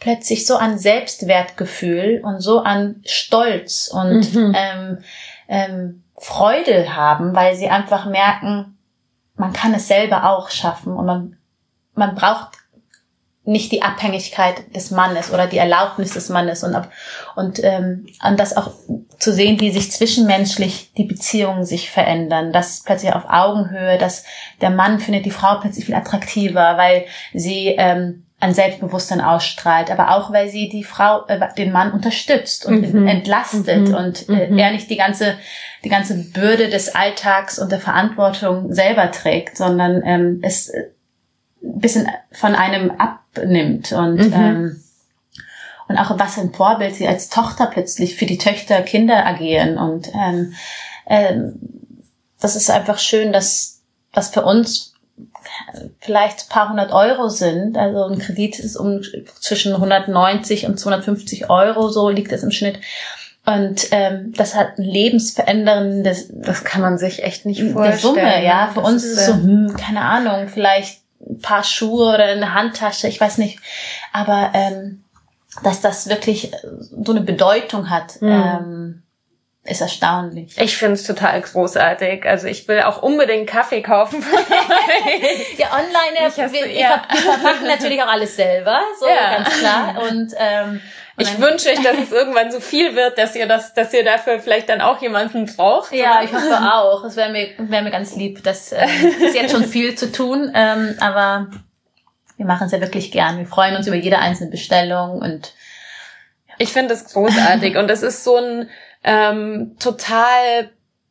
plötzlich so an Selbstwertgefühl und so an Stolz und mhm. ähm, ähm, Freude haben, weil sie einfach merken, man kann es selber auch schaffen und man man braucht nicht die Abhängigkeit des Mannes oder die Erlaubnis des Mannes und und ähm, und das auch zu sehen, wie sich zwischenmenschlich die Beziehungen sich verändern, dass plötzlich auf Augenhöhe, dass der Mann findet die Frau plötzlich viel attraktiver, weil sie ähm, an Selbstbewusstsein ausstrahlt, aber auch weil sie die Frau äh, den Mann unterstützt und mhm. entlastet mhm. und äh, mhm. er nicht die ganze die ganze Bürde des Alltags und der Verantwortung selber trägt, sondern ähm, es ein bisschen von einem abnimmt und mhm. ähm, und auch was ein Vorbild sie als Tochter plötzlich für die Töchter Kinder agieren und ähm, ähm, das ist einfach schön, dass das für uns vielleicht ein paar hundert Euro sind, also ein Kredit ist um zwischen hundertneunzig und zweihundertfünfzig Euro, so liegt es im Schnitt. Und ähm, das hat ein lebensveränderndes, das kann man sich echt nicht vorstellen. Der Summe, ja. Für das uns ist es so, hm, keine Ahnung, vielleicht ein paar Schuhe oder eine Handtasche, ich weiß nicht. Aber ähm, dass das wirklich so eine Bedeutung hat, mhm. ähm, ist erstaunlich. Ich finde es total großartig. Also ich will auch unbedingt Kaffee kaufen. Ja, online, ich, wir, du, ja. Hab, wir verpacken natürlich auch alles selber, so ja. ganz klar. Und ähm, Und ich wünsche euch, dass es irgendwann so viel wird, dass ihr das, dass ihr dafür vielleicht dann auch jemanden braucht. Ja, ich hoffe auch. Es wäre mir, wäre mir ganz lieb. Das ähm, ist jetzt schon viel zu tun, ähm, aber wir machen es ja wirklich gern. Wir freuen uns über jede einzelne Bestellung und ja. Ich finde es großartig und es ist so ein ähm, total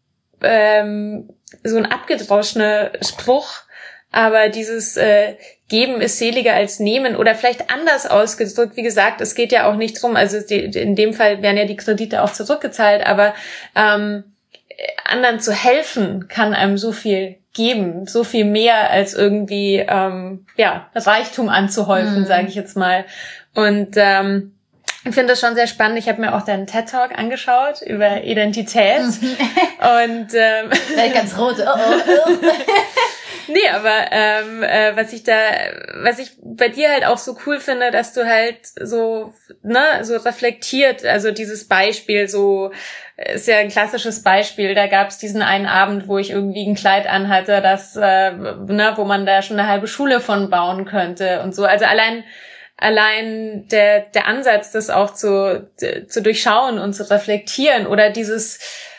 ähm, so ein abgedroschener Spruch, aber dieses äh, Geben ist seliger als Nehmen oder vielleicht anders ausgedrückt. Wie gesagt, es geht ja auch nicht drum, also die, in dem Fall werden ja die Kredite auch zurückgezahlt, aber ähm, anderen zu helfen kann einem so viel geben, so viel mehr als irgendwie ähm, ja Reichtum anzuhäufen, mhm. sage ich jetzt mal. Und ähm, ich finde das schon sehr spannend. Ich habe mir auch deinen TED-Talk angeschaut über Identität. Und ähm, da ich ganz rot. Oh, oh. Nee, aber ähm, äh, was ich da, was ich bei dir halt auch so cool finde, dass du halt so, ne, so reflektiert, also dieses Beispiel, so ist ja ein klassisches Beispiel. Da gab es diesen einen Abend, wo ich irgendwie ein Kleid anhatte, das, äh, ne, wo man da schon eine halbe Schule von bauen könnte und so. Also allein Allein der der Ansatz, das auch zu zu durchschauen und zu reflektieren oder dieses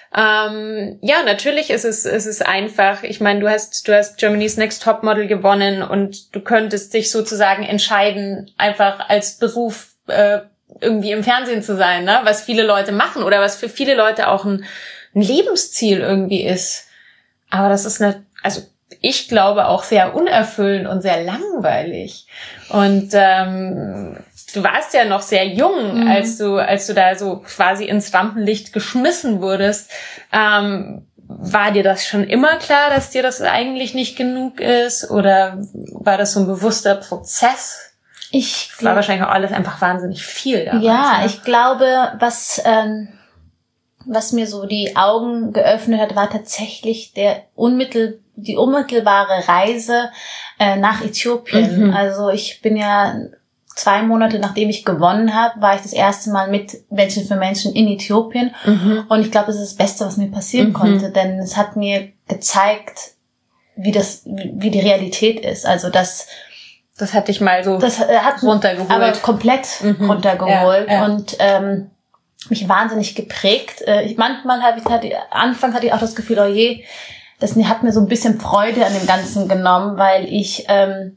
ähm, ja, natürlich ist es ist es einfach. Ich meine, du hast du hast Germany's Next Topmodel gewonnen und du könntest dich sozusagen entscheiden, einfach als Beruf äh, irgendwie im Fernsehen zu sein, ne? Was viele Leute machen oder was für viele Leute auch ein, ein Lebensziel irgendwie ist. Aber das ist eine, also ich glaube auch sehr unerfüllend und sehr langweilig. Und ähm, du warst ja noch sehr jung, mhm. als du als du da so quasi ins Rampenlicht geschmissen wurdest. Ähm, war dir das schon immer klar, dass dir das eigentlich nicht genug ist? Oder war das so ein bewusster Prozess? Ich das war wahrscheinlich auch alles einfach wahnsinnig viel damals. Ja, ne? Ich glaube, was ähm, was mir so die Augen geöffnet hat, war tatsächlich der unmittel die unmittelbare Reise äh, nach Äthiopien. Mhm. Also ich bin ja zwei Monate, nachdem ich gewonnen habe, war ich das erste Mal mit Menschen für Menschen in Äthiopien. Mhm. Und ich glaube, das ist das Beste, was mir passieren mhm. konnte, denn es hat mir gezeigt, wie das, wie die Realität ist. Also das, das hat dich mal so das hat runtergeholt, aber komplett mhm. runtergeholt ja, ja. und ähm, mich wahnsinnig geprägt. Äh, ich, manchmal habe ich, hatte, anfangs hatte ich auch das Gefühl, oh je, das hat mir so ein bisschen Freude an dem Ganzen genommen, weil ich ähm,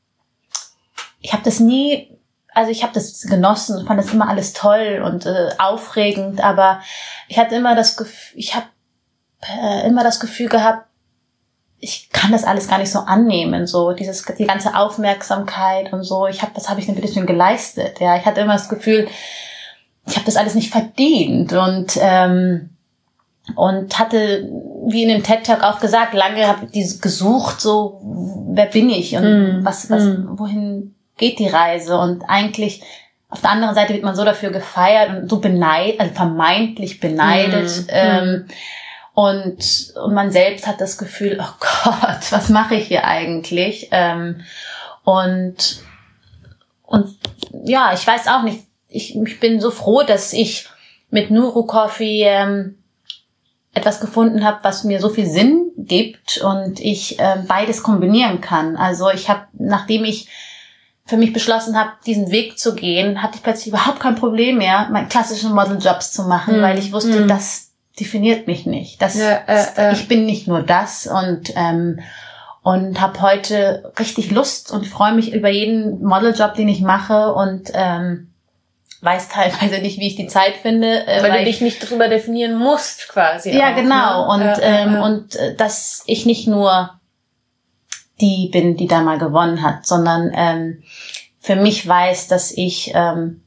ich habe das nie, also ich habe das genossen und fand das immer alles toll und äh, aufregend, aber ich hatte immer das Gefühl, ich habe äh, immer das Gefühl gehabt, ich kann das alles gar nicht so annehmen, so dieses die ganze Aufmerksamkeit und so. Ich habe, was habe ich denn bitte schön geleistet? Ja, ich hatte immer das Gefühl, ich habe das alles nicht verdient und ähm, und hatte, wie in dem TED-Talk auch gesagt, lange habe ich die gesucht, so, wer bin ich und mm, was, was, mm. wohin geht die Reise? Und eigentlich, auf der anderen Seite wird man so dafür gefeiert und so beneidet, also vermeintlich beneidet, mm, ähm, mm. und, und man selbst hat das Gefühl, oh Gott, was mache ich hier eigentlich? Ähm, und, und ja, ich weiß auch nicht, ich, ich bin so froh, dass ich mit Nuru Coffee ähm, etwas gefunden habe, was mir so viel Sinn gibt und ich äh, beides kombinieren kann. Also ich habe, nachdem ich für mich beschlossen habe, diesen Weg zu gehen, hatte ich plötzlich überhaupt kein Problem mehr, meinen klassischen Modeljobs zu machen, mm. weil ich wusste, mm. das definiert mich nicht. Das, ja, äh, äh. Ich bin nicht nur das und ähm, und habe heute richtig Lust und freue mich über jeden Modeljob, den ich mache und ähm, weiß teilweise nicht, wie ich die Zeit finde. Äh, weil, weil du dich nicht drüber definieren musst, quasi. Ja, auch, genau. Ne? Und ja, ähm, ja. und äh, dass ich nicht nur die bin, die da mal gewonnen hat, sondern ähm, für mich weiß, dass ich ähm,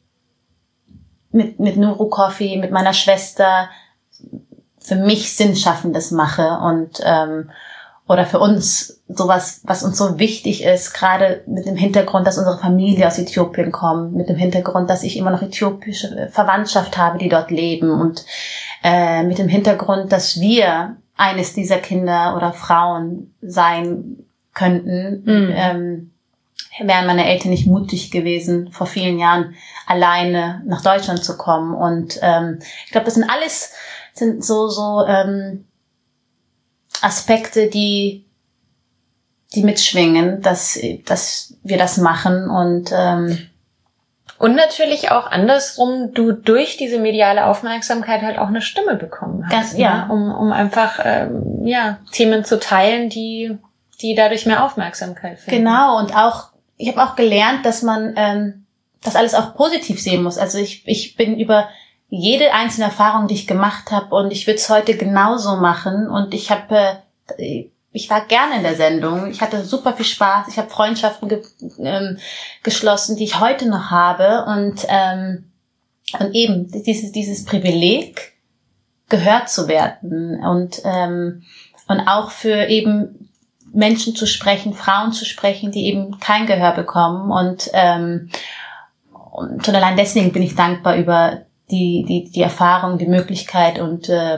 mit mit Nuru Coffee, mit meiner Schwester für mich Sinnschaffendes mache und ähm, oder für uns sowas, was uns so wichtig ist, gerade mit dem Hintergrund, dass unsere Familie aus Äthiopien kommt, mit dem Hintergrund, dass ich immer noch äthiopische Verwandtschaft habe, die dort leben und äh, mit dem Hintergrund, dass wir eines dieser Kinder oder Frauen sein könnten, mhm. ähm, wären meine Eltern nicht mutig gewesen, vor vielen Jahren alleine nach Deutschland zu kommen. Und ähm, ich glaube, das sind alles sind so so ähm, Aspekte, die die mitschwingen, dass dass wir das machen und ähm, und natürlich auch andersrum, du durch diese mediale Aufmerksamkeit halt auch eine Stimme bekommen hast, ganz, ja, ne? um um einfach ähm, ja Themen zu teilen, die die dadurch mehr Aufmerksamkeit finden. Genau, und auch ich habe auch gelernt, dass man ähm, das alles auch positiv sehen muss. Also ich ich bin über jede einzelne Erfahrung, die ich gemacht habe, und ich würde es heute genauso machen. Und ich habe, äh, ich war gerne in der Sendung. Ich hatte super viel Spaß. Ich habe Freundschaften ge ähm, geschlossen, die ich heute noch habe. Und ähm, und eben dieses dieses Privileg, gehört zu werden und ähm, und auch für eben Menschen zu sprechen, Frauen zu sprechen, die eben kein Gehör bekommen. Und ähm, und schon allein deswegen bin ich dankbar über die die die Erfahrung, die Möglichkeit und äh,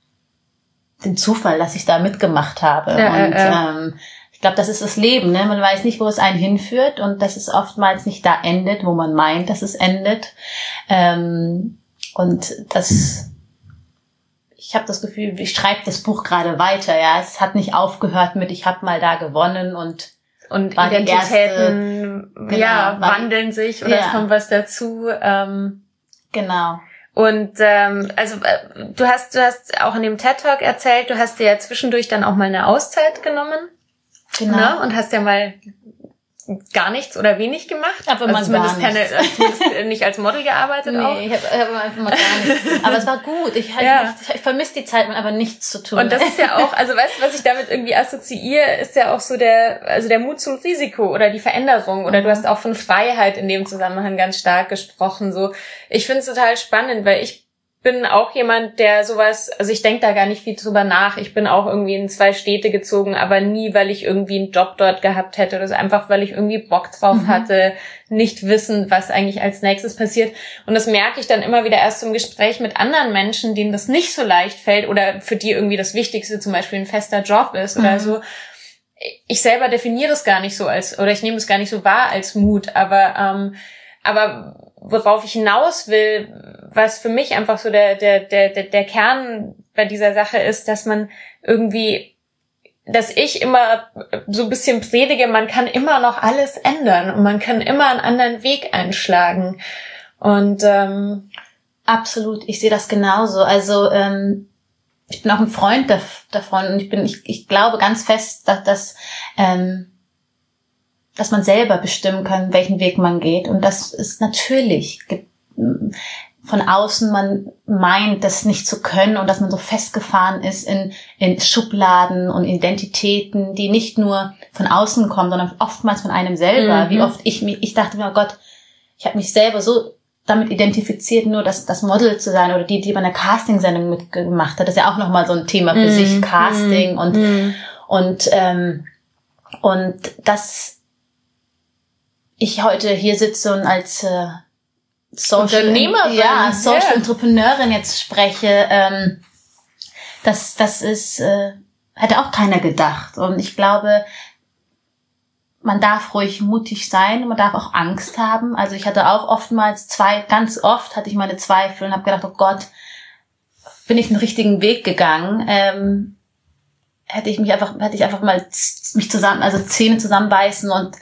den Zufall, dass ich da mitgemacht habe. Ja, und äh, äh. Ähm, ich glaube, das ist das Leben, ne? Man weiß nicht, wo es einen hinführt und dass es oftmals nicht da endet, wo man meint, dass es endet. Ähm, und das, ich habe das Gefühl, ich schreibe das Buch gerade weiter. Ja, es hat nicht aufgehört mit, ich habe mal da gewonnen und und Identitäten, erste, ja, genau, wandeln die, sich oder ja. es kommt was dazu. Ähm, Genau. Und ähm, also äh, du hast du hast auch in dem TED Talk erzählt, du hast dir ja zwischendurch dann auch mal eine Auszeit genommen. Genau. Ne? Und hast ja mal gar nichts oder wenig gemacht. Aber also zumindest keine, zumindest nicht als Model gearbeitet. Nee, auch. ich habe hab einfach mal gar nichts. Aber es war gut. Ich, halt ja. ich, ich vermisse die Zeit, aber nichts zu tun. Und das ist ja auch, also weißt du, was ich damit irgendwie assoziiere, ist ja auch so der, also der Mut zum Risiko oder die Veränderung. Oder mhm. du hast auch von Freiheit in dem Zusammenhang ganz stark gesprochen. So, ich finde es total spannend, weil ich bin auch jemand, der sowas, also ich denke da gar nicht viel drüber nach. Ich bin auch irgendwie in zwei Städte gezogen, aber nie, weil ich irgendwie einen Job dort gehabt hätte oder so, einfach weil ich irgendwie Bock drauf mhm. hatte, nicht wissen, was eigentlich als nächstes passiert. Und das merke ich dann immer wieder erst im Gespräch mit anderen Menschen, denen das nicht so leicht fällt oder für die irgendwie das Wichtigste zum Beispiel ein fester Job ist mhm. oder so. Ich selber definiere das gar nicht so als, oder ich nehme es gar nicht so wahr als Mut, aber ähm, aber worauf ich hinaus will, was für mich einfach so der, der, der, der Kern bei dieser Sache ist, dass man irgendwie, dass ich immer so ein bisschen predige, man kann immer noch alles ändern und man kann immer einen anderen Weg einschlagen. Und ähm, absolut, ich sehe das genauso. Also ähm, ich bin auch ein Freund davon und ich bin, ich, ich glaube ganz fest, dass das ähm, dass man selber bestimmen kann, welchen Weg man geht. Und das ist natürlich von außen, man meint, das nicht zu können und dass man so festgefahren ist in, in Schubladen und Identitäten, die nicht nur von außen kommen, sondern oftmals von einem selber. Mhm. Wie oft ich mich, ich dachte mir, oh Gott, ich habe mich selber so damit identifiziert, nur das, das Model zu sein oder die, die bei einer Casting-Sendung mitgemacht hat. Das ist ja auch nochmal so ein Thema für mhm. sich, Casting mhm. und, mhm. und, ähm, und das, ich heute hier sitze und als äh, Social, Unternehmerin, ja, Social yeah. Entrepreneurin jetzt spreche, ähm, das, das ist, äh, hätte auch keiner gedacht. Und ich glaube, man darf ruhig mutig sein, man darf auch Angst haben. Also ich hatte auch oftmals zwei, ganz oft hatte ich meine Zweifel und habe gedacht, oh Gott, bin ich den richtigen Weg gegangen? Ähm, hätte ich mich einfach, hätte ich einfach mal mich zusammen, also Zähne zusammenbeißen und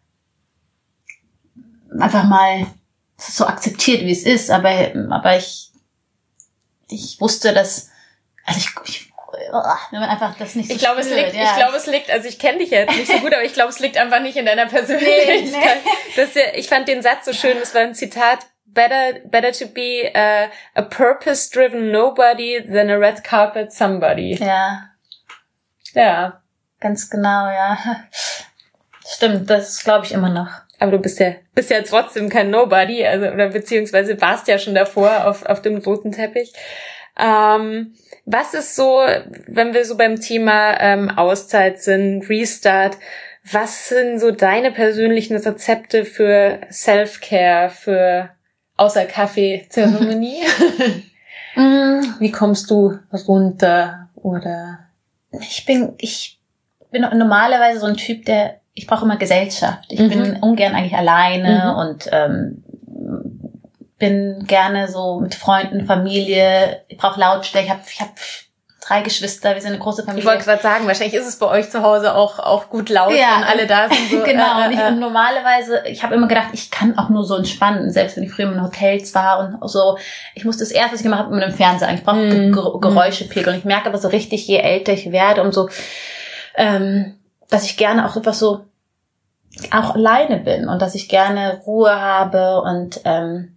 einfach mal so akzeptiert, wie es ist. Aber, aber ich, ich wusste, dass, also ich, ich wenn man einfach das nicht so ich glaube, es liegt, ja. ich glaube, es liegt, also ich kenne dich ja jetzt nicht so gut, aber ich glaube, es liegt einfach nicht in deiner Persönlichkeit. Nee, nee. Das ist ja, ich fand den Satz so schön, das war ein Zitat, better, better to be uh, a purpose-driven nobody than a red carpet somebody. Ja. Ja. Ganz genau, ja. Stimmt, das glaube ich immer noch. Aber du bist ja, bist ja trotzdem kein Nobody, also, oder beziehungsweise warst ja schon davor auf, auf dem roten Teppich. Ähm, was ist so, wenn wir so beim Thema ähm, Auszeit sind, Restart, was sind so deine persönlichen Rezepte für Self-Care, für außer Kaffeezeremonie? Wie kommst du runter? Oder ich bin, ich bin normalerweise so ein Typ, der, ich brauche immer Gesellschaft. Ich mhm. bin ungern eigentlich alleine mhm. und ähm, bin gerne so mit Freunden, Familie. Ich brauche Lautstärke. Ich habe ich hab drei Geschwister. Wir sind eine große Familie. Ich wollte gerade sagen, wahrscheinlich ist es bei euch zu Hause auch auch gut laut, ja, wenn alle da sind. So, genau. Äh, und, ich, äh, und normalerweise, ich habe immer gedacht, ich kann auch nur so entspannen. Selbst wenn ich früher in Hotels war und so. Ich musste das erste, was ich gemacht habe, mit dem Fernseher. Ich brauche mm, Ge- Geräuschepegel. Und ich merke aber so richtig, je älter ich werde, umso, ähm, dass ich gerne auch etwas so auch alleine bin und dass ich gerne Ruhe habe und ähm,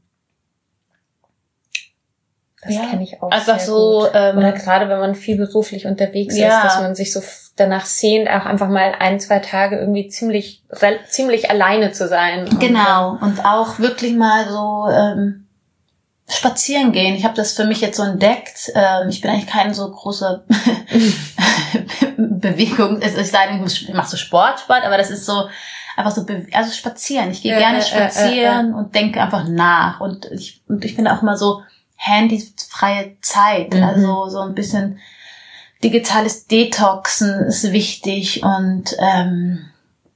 das ja, kenne ich auch. Einfach so, gut. Ähm, oder gerade wenn man viel beruflich unterwegs ja. ist, dass man sich so danach sehnt, auch einfach mal ein, zwei Tage irgendwie ziemlich, re- ziemlich alleine zu sein. Genau. Und, und auch wirklich mal so ähm, spazieren gehen. Ich habe das für mich jetzt so entdeckt. Ähm, ich bin eigentlich kein so großer Bewegung. Also ich sage, ich mache so Sport, Sport, aber das ist so einfach so, be- also spazieren. Ich gehe äh, gerne äh, spazieren äh, äh. und denke einfach nach. Und ich und ich finde auch mal so handyfreie Zeit, mhm. also so ein bisschen digitales Detoxen ist wichtig und ähm,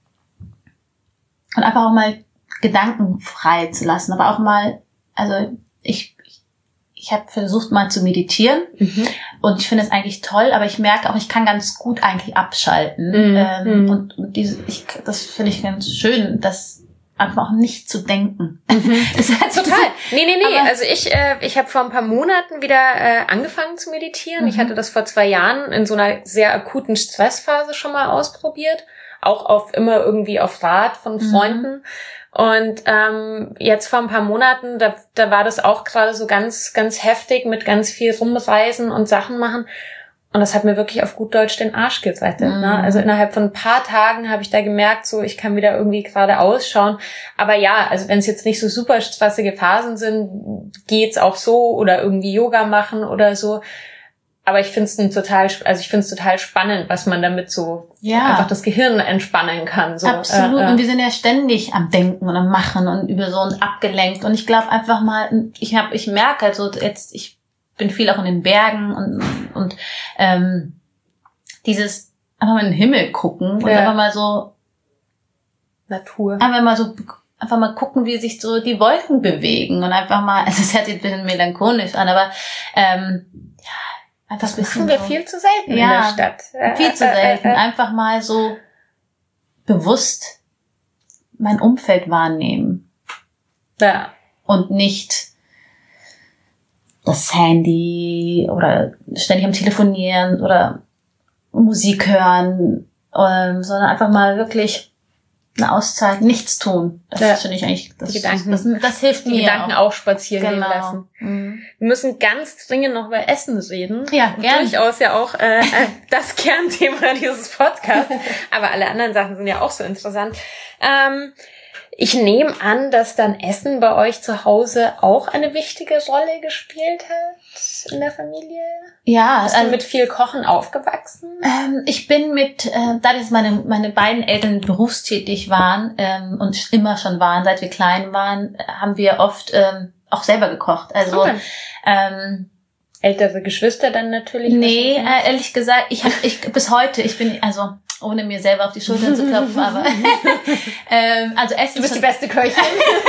und einfach auch mal Gedanken frei zu lassen, aber auch mal, also ich ich habe versucht mal zu meditieren mhm. und ich finde es eigentlich toll, aber ich merke auch, ich kann ganz gut eigentlich abschalten mhm. ähm, und, und diese, ich, das finde ich ganz schön, dass einfach auch nicht zu denken. Mhm. Das ist halt total. Nee, nee, nee. Aber also ich äh, ich habe vor ein paar Monaten wieder äh, angefangen zu meditieren. Mhm. Ich hatte das vor zwei Jahren in so einer sehr akuten Stressphase schon mal ausprobiert. Auch auf immer irgendwie auf Rat von Freunden. Mhm. Und ähm, jetzt vor ein paar Monaten, da, da war das auch gerade so ganz, ganz heftig mit ganz viel rumreisen und Sachen machen. Und das hat mir wirklich auf gut Deutsch den Arsch gerettet. Mm. Ne? Also innerhalb von ein paar Tagen habe ich da gemerkt, so ich kann wieder irgendwie gerade ausschauen. Aber ja, also wenn es jetzt nicht so super stressige Phasen sind, geht's auch so oder irgendwie Yoga machen oder so. Aber ich finde es total, also ich finde es total spannend, was man damit so ja. einfach das Gehirn entspannen kann. So. Absolut. Äh, äh. Und wir sind ja ständig am Denken und am Machen und über so und abgelenkt. Und ich glaube einfach mal, ich habe, ich merke also jetzt, ich bin viel auch in den Bergen und und ähm, dieses einfach mal in den Himmel gucken und ja. einfach mal so Natur. Einfach mal so einfach mal gucken, wie sich so die Wolken bewegen und einfach mal, also es hört sich ein bisschen melancholisch an, aber ähm, ja, einfach das wissen wir so, viel zu selten ja, in der Stadt. Viel zu selten. Einfach mal so bewusst mein Umfeld wahrnehmen. Ja. Und nicht das Handy oder ständig am Telefonieren oder Musik hören, ähm, sondern einfach mal wirklich eine Auszeit, nichts tun. Das ja. finde ich eigentlich, das, die Gedanken, das, das hilft die mir Gedanken auch, auch spazieren genau. gehen lassen. Mhm. Wir müssen ganz dringend noch über Essen reden. Ja, gerne. Durchaus ja auch äh, das Kernthema dieses Podcasts. Aber alle anderen Sachen sind ja auch so interessant. Ähm, Ich nehme an, dass dann Essen bei euch zu Hause auch eine wichtige Rolle gespielt hat in der Familie. Ja, bist du also, mit viel Kochen aufgewachsen? Ähm, ich bin mit, äh, da dass meine meine beiden Eltern berufstätig waren ähm, und immer schon waren, seit wir klein waren, haben wir oft ähm, auch selber gekocht. Also okay. ähm, ältere Geschwister dann natürlich? Nee, äh, ehrlich gesagt, ich habe ich bis heute, ich bin, also ohne mir selber auf die Schultern zu klopfen, aber ähm, also Essen. Du bist die beste Köchin.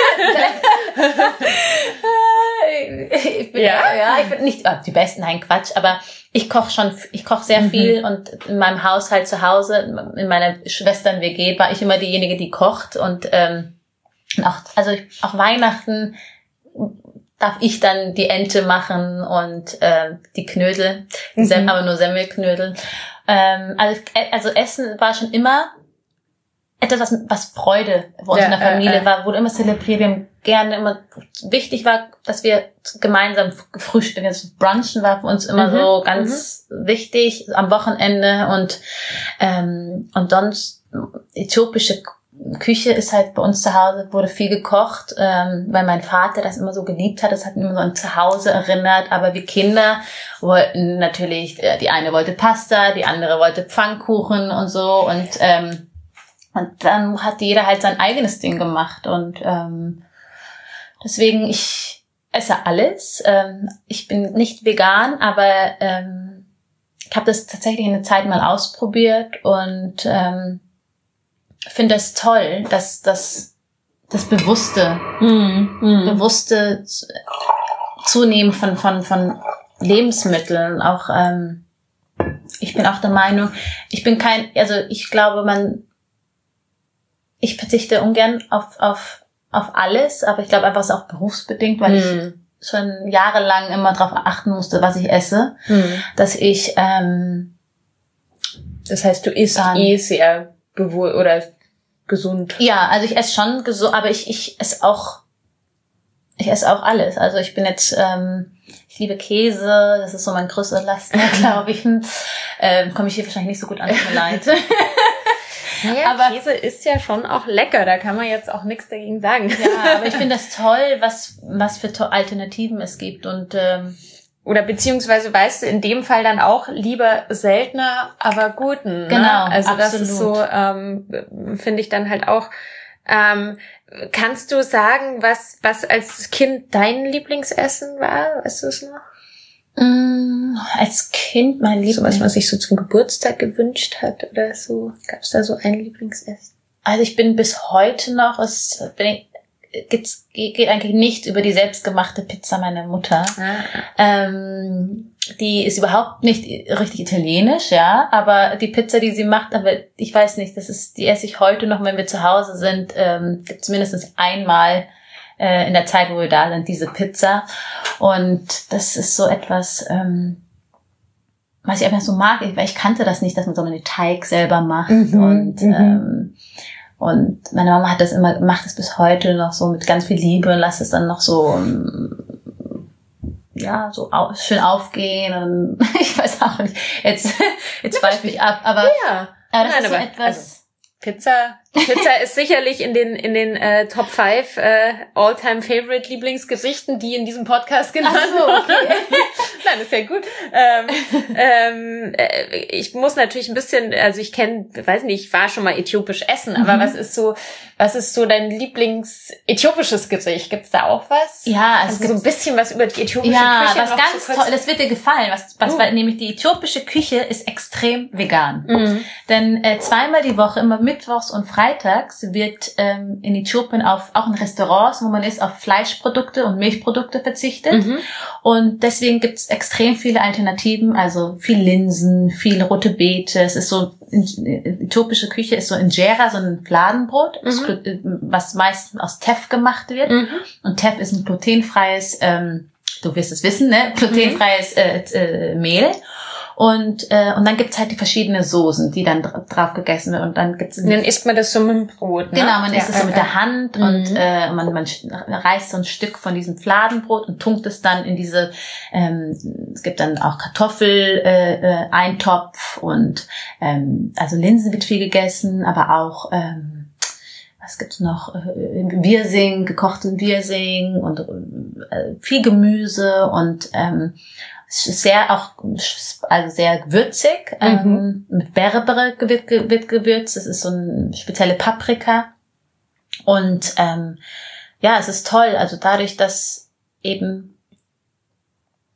ich bin, ja? ja, ich bin nicht oh, die Besten, nein, Quatsch, aber ich koche schon, ich koche sehr viel mhm. und in meinem Haushalt zu Hause, in meiner Schwestern-W G war ich immer diejenige, die kocht und ähm, auch, also auch Weihnachten darf ich dann die Ente machen und äh, die Knödel, mhm. Sem- aber nur Semmelknödel. Ähm, also, also Essen war schon immer etwas, was, was Freude bei uns ja, in der Familie äh, äh. war, wurde immer zelebriert. Wir haben gerne immer, wichtig war, dass wir gemeinsam frühstücken. Das Brunchen war für uns immer mhm. so ganz mhm. wichtig am Wochenende und ähm, und sonst äthiopische Küche ist halt bei uns zu Hause, wurde viel gekocht, ähm, weil mein Vater das immer so geliebt hat. Das hat ihn immer so an Zuhause erinnert. Aber wir Kinder wollten natürlich, die eine wollte Pasta, die andere wollte Pfannkuchen und so. Und ähm, und dann hat jeder halt sein eigenes Ding gemacht. Und ähm, deswegen, ich esse alles. Ähm, ich bin nicht vegan, aber ähm, ich habe das tatsächlich eine Zeit mal ausprobiert und ähm, finde es toll, dass das das bewusste, mm, mm. bewusste Zunehmen von von von Lebensmitteln. Auch ähm, ich bin auch der Meinung, ich bin kein, also ich glaube, man, ich verzichte ungern auf auf auf alles, aber ich glaube einfach, es ist auch berufsbedingt, weil mm. ich schon jahrelang immer darauf achten musste, was ich esse, mm. dass ich ähm, das heißt, du isst eh sehr bewusst oder gesund. Ja, also ich esse schon gesund, aber ich ich esse auch ich esse auch alles. Also ich bin jetzt ähm, ich liebe Käse, das ist so mein größter Laster, glaube ich. ähm, komme ich hier wahrscheinlich nicht so gut an, tut mir leid. Naja, aber Käse ist ja schon auch lecker, da kann man jetzt auch nichts dagegen sagen. Ja, aber ich finde das toll, was was für to- Alternativen es gibt und ähm, oder beziehungsweise, weißt du, in dem Fall dann auch lieber seltener, aber guten. Genau, ne? Also absolut. Das ist so, ähm, finde ich dann halt auch. Ähm, kannst du sagen, was was als Kind dein Lieblingsessen war? Weißt du es noch? Mm, als Kind mein Lieblings... So was man sich so zum Geburtstag gewünscht hat oder so. Gab es da so ein Lieblingsessen? Also ich bin bis heute noch, es bin ich, Geht's, geht eigentlich nicht über die selbstgemachte Pizza meiner Mutter. Ah. Ähm, die ist überhaupt nicht richtig italienisch, ja, aber die Pizza, die sie macht, aber ich weiß nicht, das ist, die esse ich heute noch, wenn wir zu Hause sind, ähm, gibt's mindestens einmal äh, in der Zeit, wo wir da sind, diese Pizza. Und das ist so etwas, ähm, was ich einfach so mag, weil ich kannte das nicht, dass man so einen Teig selber macht mhm, und mhm. ähm, Und meine Mama hat das immer, macht es bis heute noch so mit ganz viel Liebe und lässt es dann noch so, ja, so au- schön aufgehen und ich weiß auch nicht, jetzt, jetzt schweife ich ab, aber, ja. aber das Nein, ist so aber, etwas. Also Pizza, Pizza ist sicherlich in den in den äh, Top fünf äh, All-Time Favorite Lieblingsgerichten, die in diesem Podcast genannt Ach so, okay. Nein, ist ja gut. Ähm, ähm, äh, ich muss natürlich ein bisschen, also ich kenne, weiß nicht, ich war schon mal äthiopisch essen, aber mhm. was ist so, was ist so dein Lieblings-äthiopisches Gericht? Gibt's da auch was? Ja, es gibt so ein bisschen was über die äthiopische ja, Küche. Ja, was ganz so toll, das wird dir gefallen, was, was, uh. weil nämlich die äthiopische Küche ist extrem vegan. Mhm. Denn äh, zweimal die Woche, immer mittwochs und freitags, wird ähm, in Äthiopien auf, auch in Restaurants, wo man ist, auf Fleischprodukte und Milchprodukte verzichtet. Mhm. Und deswegen gibt's extrem viele Alternativen, also viel Linsen, viel rote Beete. Es ist so, in, äthiopische Küche ist so Injera, so ein Fladenbrot, mhm. was meistens aus Teff gemacht wird. Mhm. Und Teff ist ein glutenfreies, ähm, du wirst es wissen, ne, glutenfreies äh, äh, Mehl. Und äh, und dann gibt's halt die verschiedenen Soßen, die dann dra- drauf gegessen werden. Und dann gibt's und dann isst man das so mit dem Brot, ne? Genau, man ja, isst es so äh, mit der Hand mhm. und äh, man man reißt so ein Stück von diesem Fladenbrot und tunkt es dann in diese. Ähm, es gibt dann auch Kartoffel, äh, äh, Eintopf und ähm, also Linsen wird viel gegessen, aber auch ähm, was gibt's noch? Wirsing, gekochten Wirsing und äh, viel Gemüse und ähm, sehr auch, also sehr würzig, mhm. ähm, mit Berbere wird, wird gewürzt. Das ist so eine spezielle Paprika. Und ähm, ja, es ist toll. Also dadurch, dass eben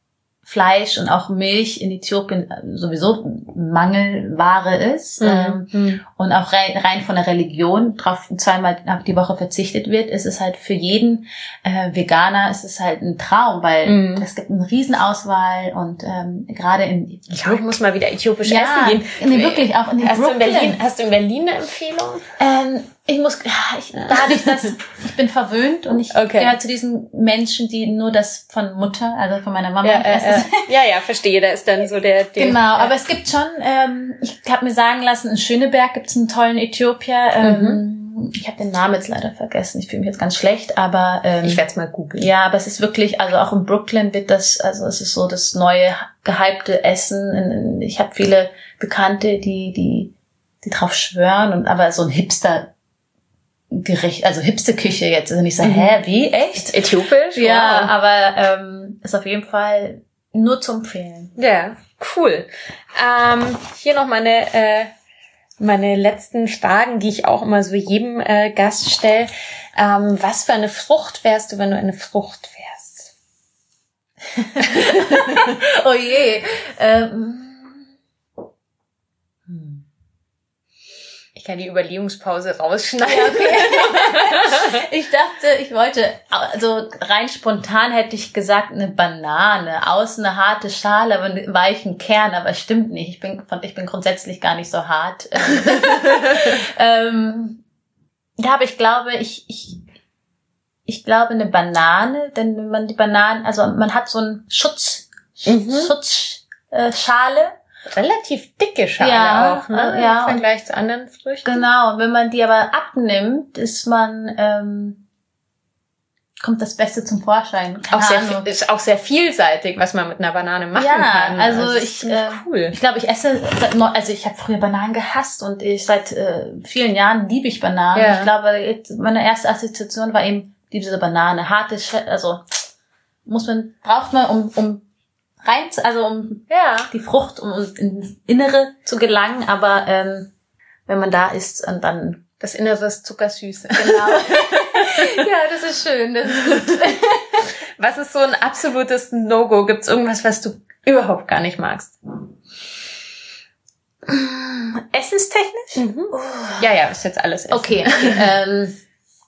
Fleisch und auch Milch in Äthiopien sowieso Mangelware ist mhm. ähm, und auch rein, rein von der Religion drauf zweimal die Woche verzichtet wird, ist es halt für jeden äh, Veganer ist es halt ein Traum, weil mhm. es gibt eine Riesenauswahl und ähm, gerade in ich glaube, ich muss mal wieder äthiopisch ja, essen gehen. Nee, wirklich auch in hast, du in Berlin, hast du in Berlin eine Empfehlung? Ähm, ich muss, ja, ich, dadurch, dass ich bin verwöhnt und ich okay. gehöre zu diesen Menschen, die nur das von Mutter, also von meiner Mama ja, äh, äh, ja, ja, verstehe, da ist dann so der... der genau, ja. aber es gibt schon, ähm, ich habe mir sagen lassen, in Schöneberg gibt es einen tollen Äthiopier, ähm, mhm. ich habe den Namen jetzt leider vergessen, ich fühle mich jetzt ganz schlecht, aber... Ähm, ich werde es mal googeln. Ja, aber es ist wirklich, also auch in Brooklyn wird das, also es ist so das neue, gehypte Essen, ich habe viele Bekannte, die, die, die drauf schwören und aber so ein Hipster Gericht, also Hipster-Küche jetzt. Also nicht so, mhm. hä, wie, echt? Äthiopisch? Ja, wow. aber ähm, ist auf jeden Fall nur zu empfehlen. Ja, cool. Ähm, hier noch meine, äh, meine letzten Fragen, die ich auch immer so jedem äh, Gast stelle. Ähm, was für eine Frucht wärst du, wenn du eine Frucht wärst? Oh je. Ähm. Ich kann die Überlegungspause rausschneiden. Ja, okay. Ich dachte, ich wollte, also rein spontan hätte ich gesagt, eine Banane. Außen eine harte Schale, aber einen weichen Kern. Aber es stimmt nicht. Ich bin, ich bin grundsätzlich gar nicht so hart. ähm, ja, aber ich glaube, ich, ich, ich glaube eine Banane, denn wenn man die Bananen, also man hat so einen Schutz, mhm. Schutzschale. Relativ dicke Schale ja, auch, ne? Ja, im Vergleich zu anderen Früchten. Genau, und wenn man die aber abnimmt, ist man, ähm, kommt das Beste zum Vorschein. Auch sehr, ist auch sehr vielseitig, was man mit einer Banane machen ja, kann. Also, also ich, äh, cool. ich glaube, ich esse, also ich habe früher Bananen gehasst und ich seit äh, vielen Jahren liebe ich Bananen. Ja. Ich glaube, meine erste Assoziation war eben diese Banane, harte, also muss man, braucht man, um, um rein, also um ja. die Frucht, um ins Innere zu gelangen, aber ähm, wenn man da ist und dann das Innere ist zuckersüß. Genau. Ja, das ist schön. Das ist gut. Was ist so ein absolutes No-Go? Gibt's irgendwas, was du überhaupt gar nicht magst? Essenstechnisch? Mhm. Oh. Ja, ja, ist jetzt alles Essen. Okay. okay ähm,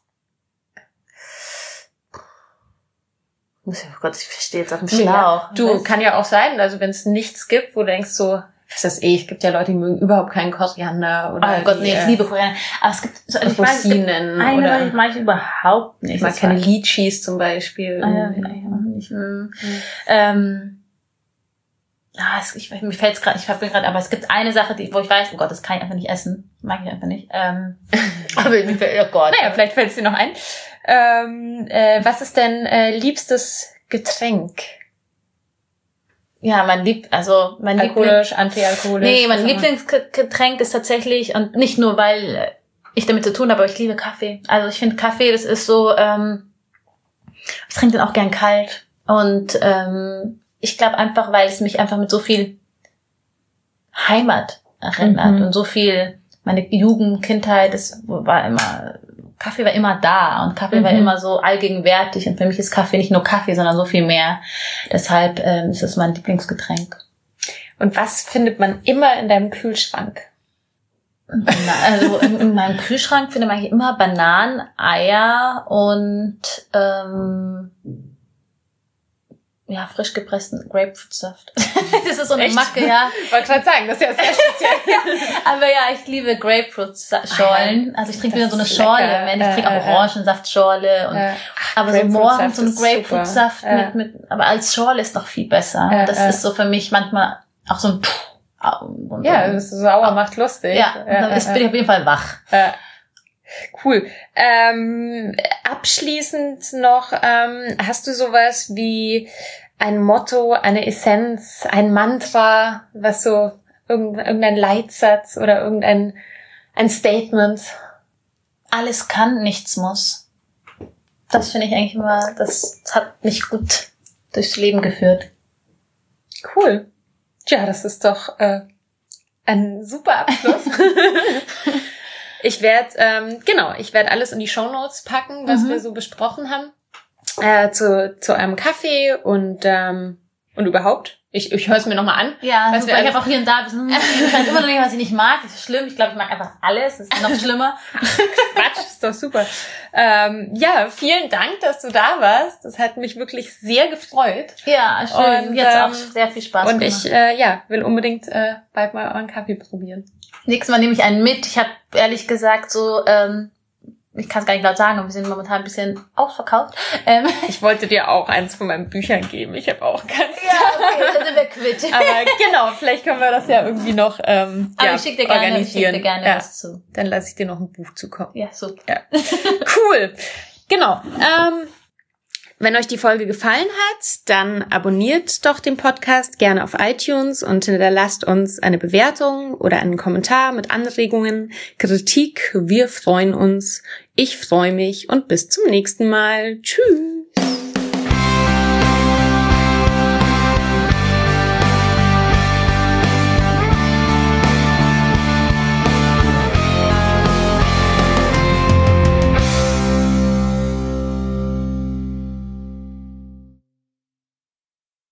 Oh Gott, ich verstehe jetzt auf dem Schlauch. Ja, du, weißt? Kann ja auch sein, also wenn es nichts gibt, wo du denkst so, was ist eh, es gibt ja Leute, die mögen überhaupt keinen Koriander oder oh Gott, nee, ich liebe Koriander. Aber es gibt so, also ich weiß, es gibt eine, oder ich mag ich überhaupt nicht. Ich mag keine Litchis zum Beispiel. Ah, ja, ja, ich auch nicht. Mhm. Mhm. Ähm, ah, es, ich, mir fällt's gerade, ich bin gerade, aber es gibt eine Sache, die, wo ich weiß, oh Gott, das kann ich einfach nicht essen. Mag ich einfach nicht. Ähm, aber mir fällt, oh Gott. Naja, vielleicht fällt es dir noch ein. Ähm, äh, was ist denn äh, liebstes Getränk? Ja, mein Lieb, also mein Alkoholisch, antialkoholisch. Nee, mein Lieblingsgetränk ist tatsächlich, und nicht nur, weil ich damit zu tun habe, aber ich liebe Kaffee. Also ich finde Kaffee, das ist so, ähm, ich trinke den auch gern kalt. Und ähm, ich glaube einfach, weil es mich einfach mit so viel Heimat erinnert mhm. und so viel, meine Jugend, Kindheit, es war immer, Kaffee war immer da und Kaffee mhm. war immer so allgegenwärtig und für mich ist Kaffee nicht nur Kaffee, sondern so viel mehr. Deshalb ähm, ist es mein Lieblingsgetränk. Und was findet man immer in deinem Kühlschrank? Na, also in, in meinem Kühlschrank findet man hier immer Bananen, Eier und ähm, ja, frisch gepressten Grapefruitsaft. Das ist so eine Echt? Macke, ja. Ich wollte gerade sagen, das ist ja sehr speziell. Aber ja, ich liebe Grapefruitschorlen. Also ich trinke wieder so eine Schorle. Lecker. Ich trinke auch äh, Orangensaftschorle. Und, äh, aber so morgens so ein Grapefruitsaft äh. mit, mit, aber als Schorle ist noch viel besser. Äh, das äh. ist so für mich manchmal auch so ein und ja, das ist sauer, macht lustig. Ja, und dann äh, bin ich auf jeden Fall wach. Äh. Cool. Ähm, abschließend noch, ähm, hast du sowas wie ein Motto, eine Essenz, ein Mantra, was so irgendein Leitsatz oder irgendein ein Statement? Alles kann, nichts muss. Das finde ich eigentlich immer, das, das hat mich gut durchs Leben geführt. Cool. Tja, das ist doch äh, ein super Abschluss. Ich werde, ähm, genau, ich werde alles in die Shownotes packen, was mhm. wir so besprochen haben, äh, zu zu einem Kaffee und ähm, Und überhaupt? Ich, ich höre es mir nochmal an. Ja, was super. Ich habe auch hier und da, ich weiß immer noch nicht, was ich nicht mag. Das ist schlimm. Ich glaube, ich mag einfach alles. Das ist noch schlimmer. Quatsch, ist doch super. Ähm, ja, vielen Dank, dass du da warst. Das hat mich wirklich sehr gefreut. Ja, schön. Und, Jetzt ähm, auch sehr viel Spaß Und gemacht. ich äh, ja, will unbedingt äh, bald mal euren Kaffee probieren. Nächstes Mal nehme ich einen mit. Ich habe ehrlich gesagt so, ähm, ich kann es gar nicht laut sagen, aber wir sind momentan ein bisschen ausverkauft. Ähm, Ich wollte dir auch eins von meinen Büchern geben. Ich habe auch ganz. ja, okay, dann sind wir quitt. Aber genau, vielleicht können wir das ja irgendwie noch ähm, Aber ja, ich schicke dir gerne, ich organisieren. schick dir gerne ja. was zu. Dann lasse ich dir noch ein Buch zukommen. Ja, super. Ja. Cool. Genau. Ähm, wenn euch die Folge gefallen hat, dann abonniert doch den Podcast gerne auf iTunes und hinterlasst uns eine Bewertung oder einen Kommentar mit Anregungen, Kritik. Wir freuen uns. Ich freue mich und bis zum nächsten Mal. Tschüss.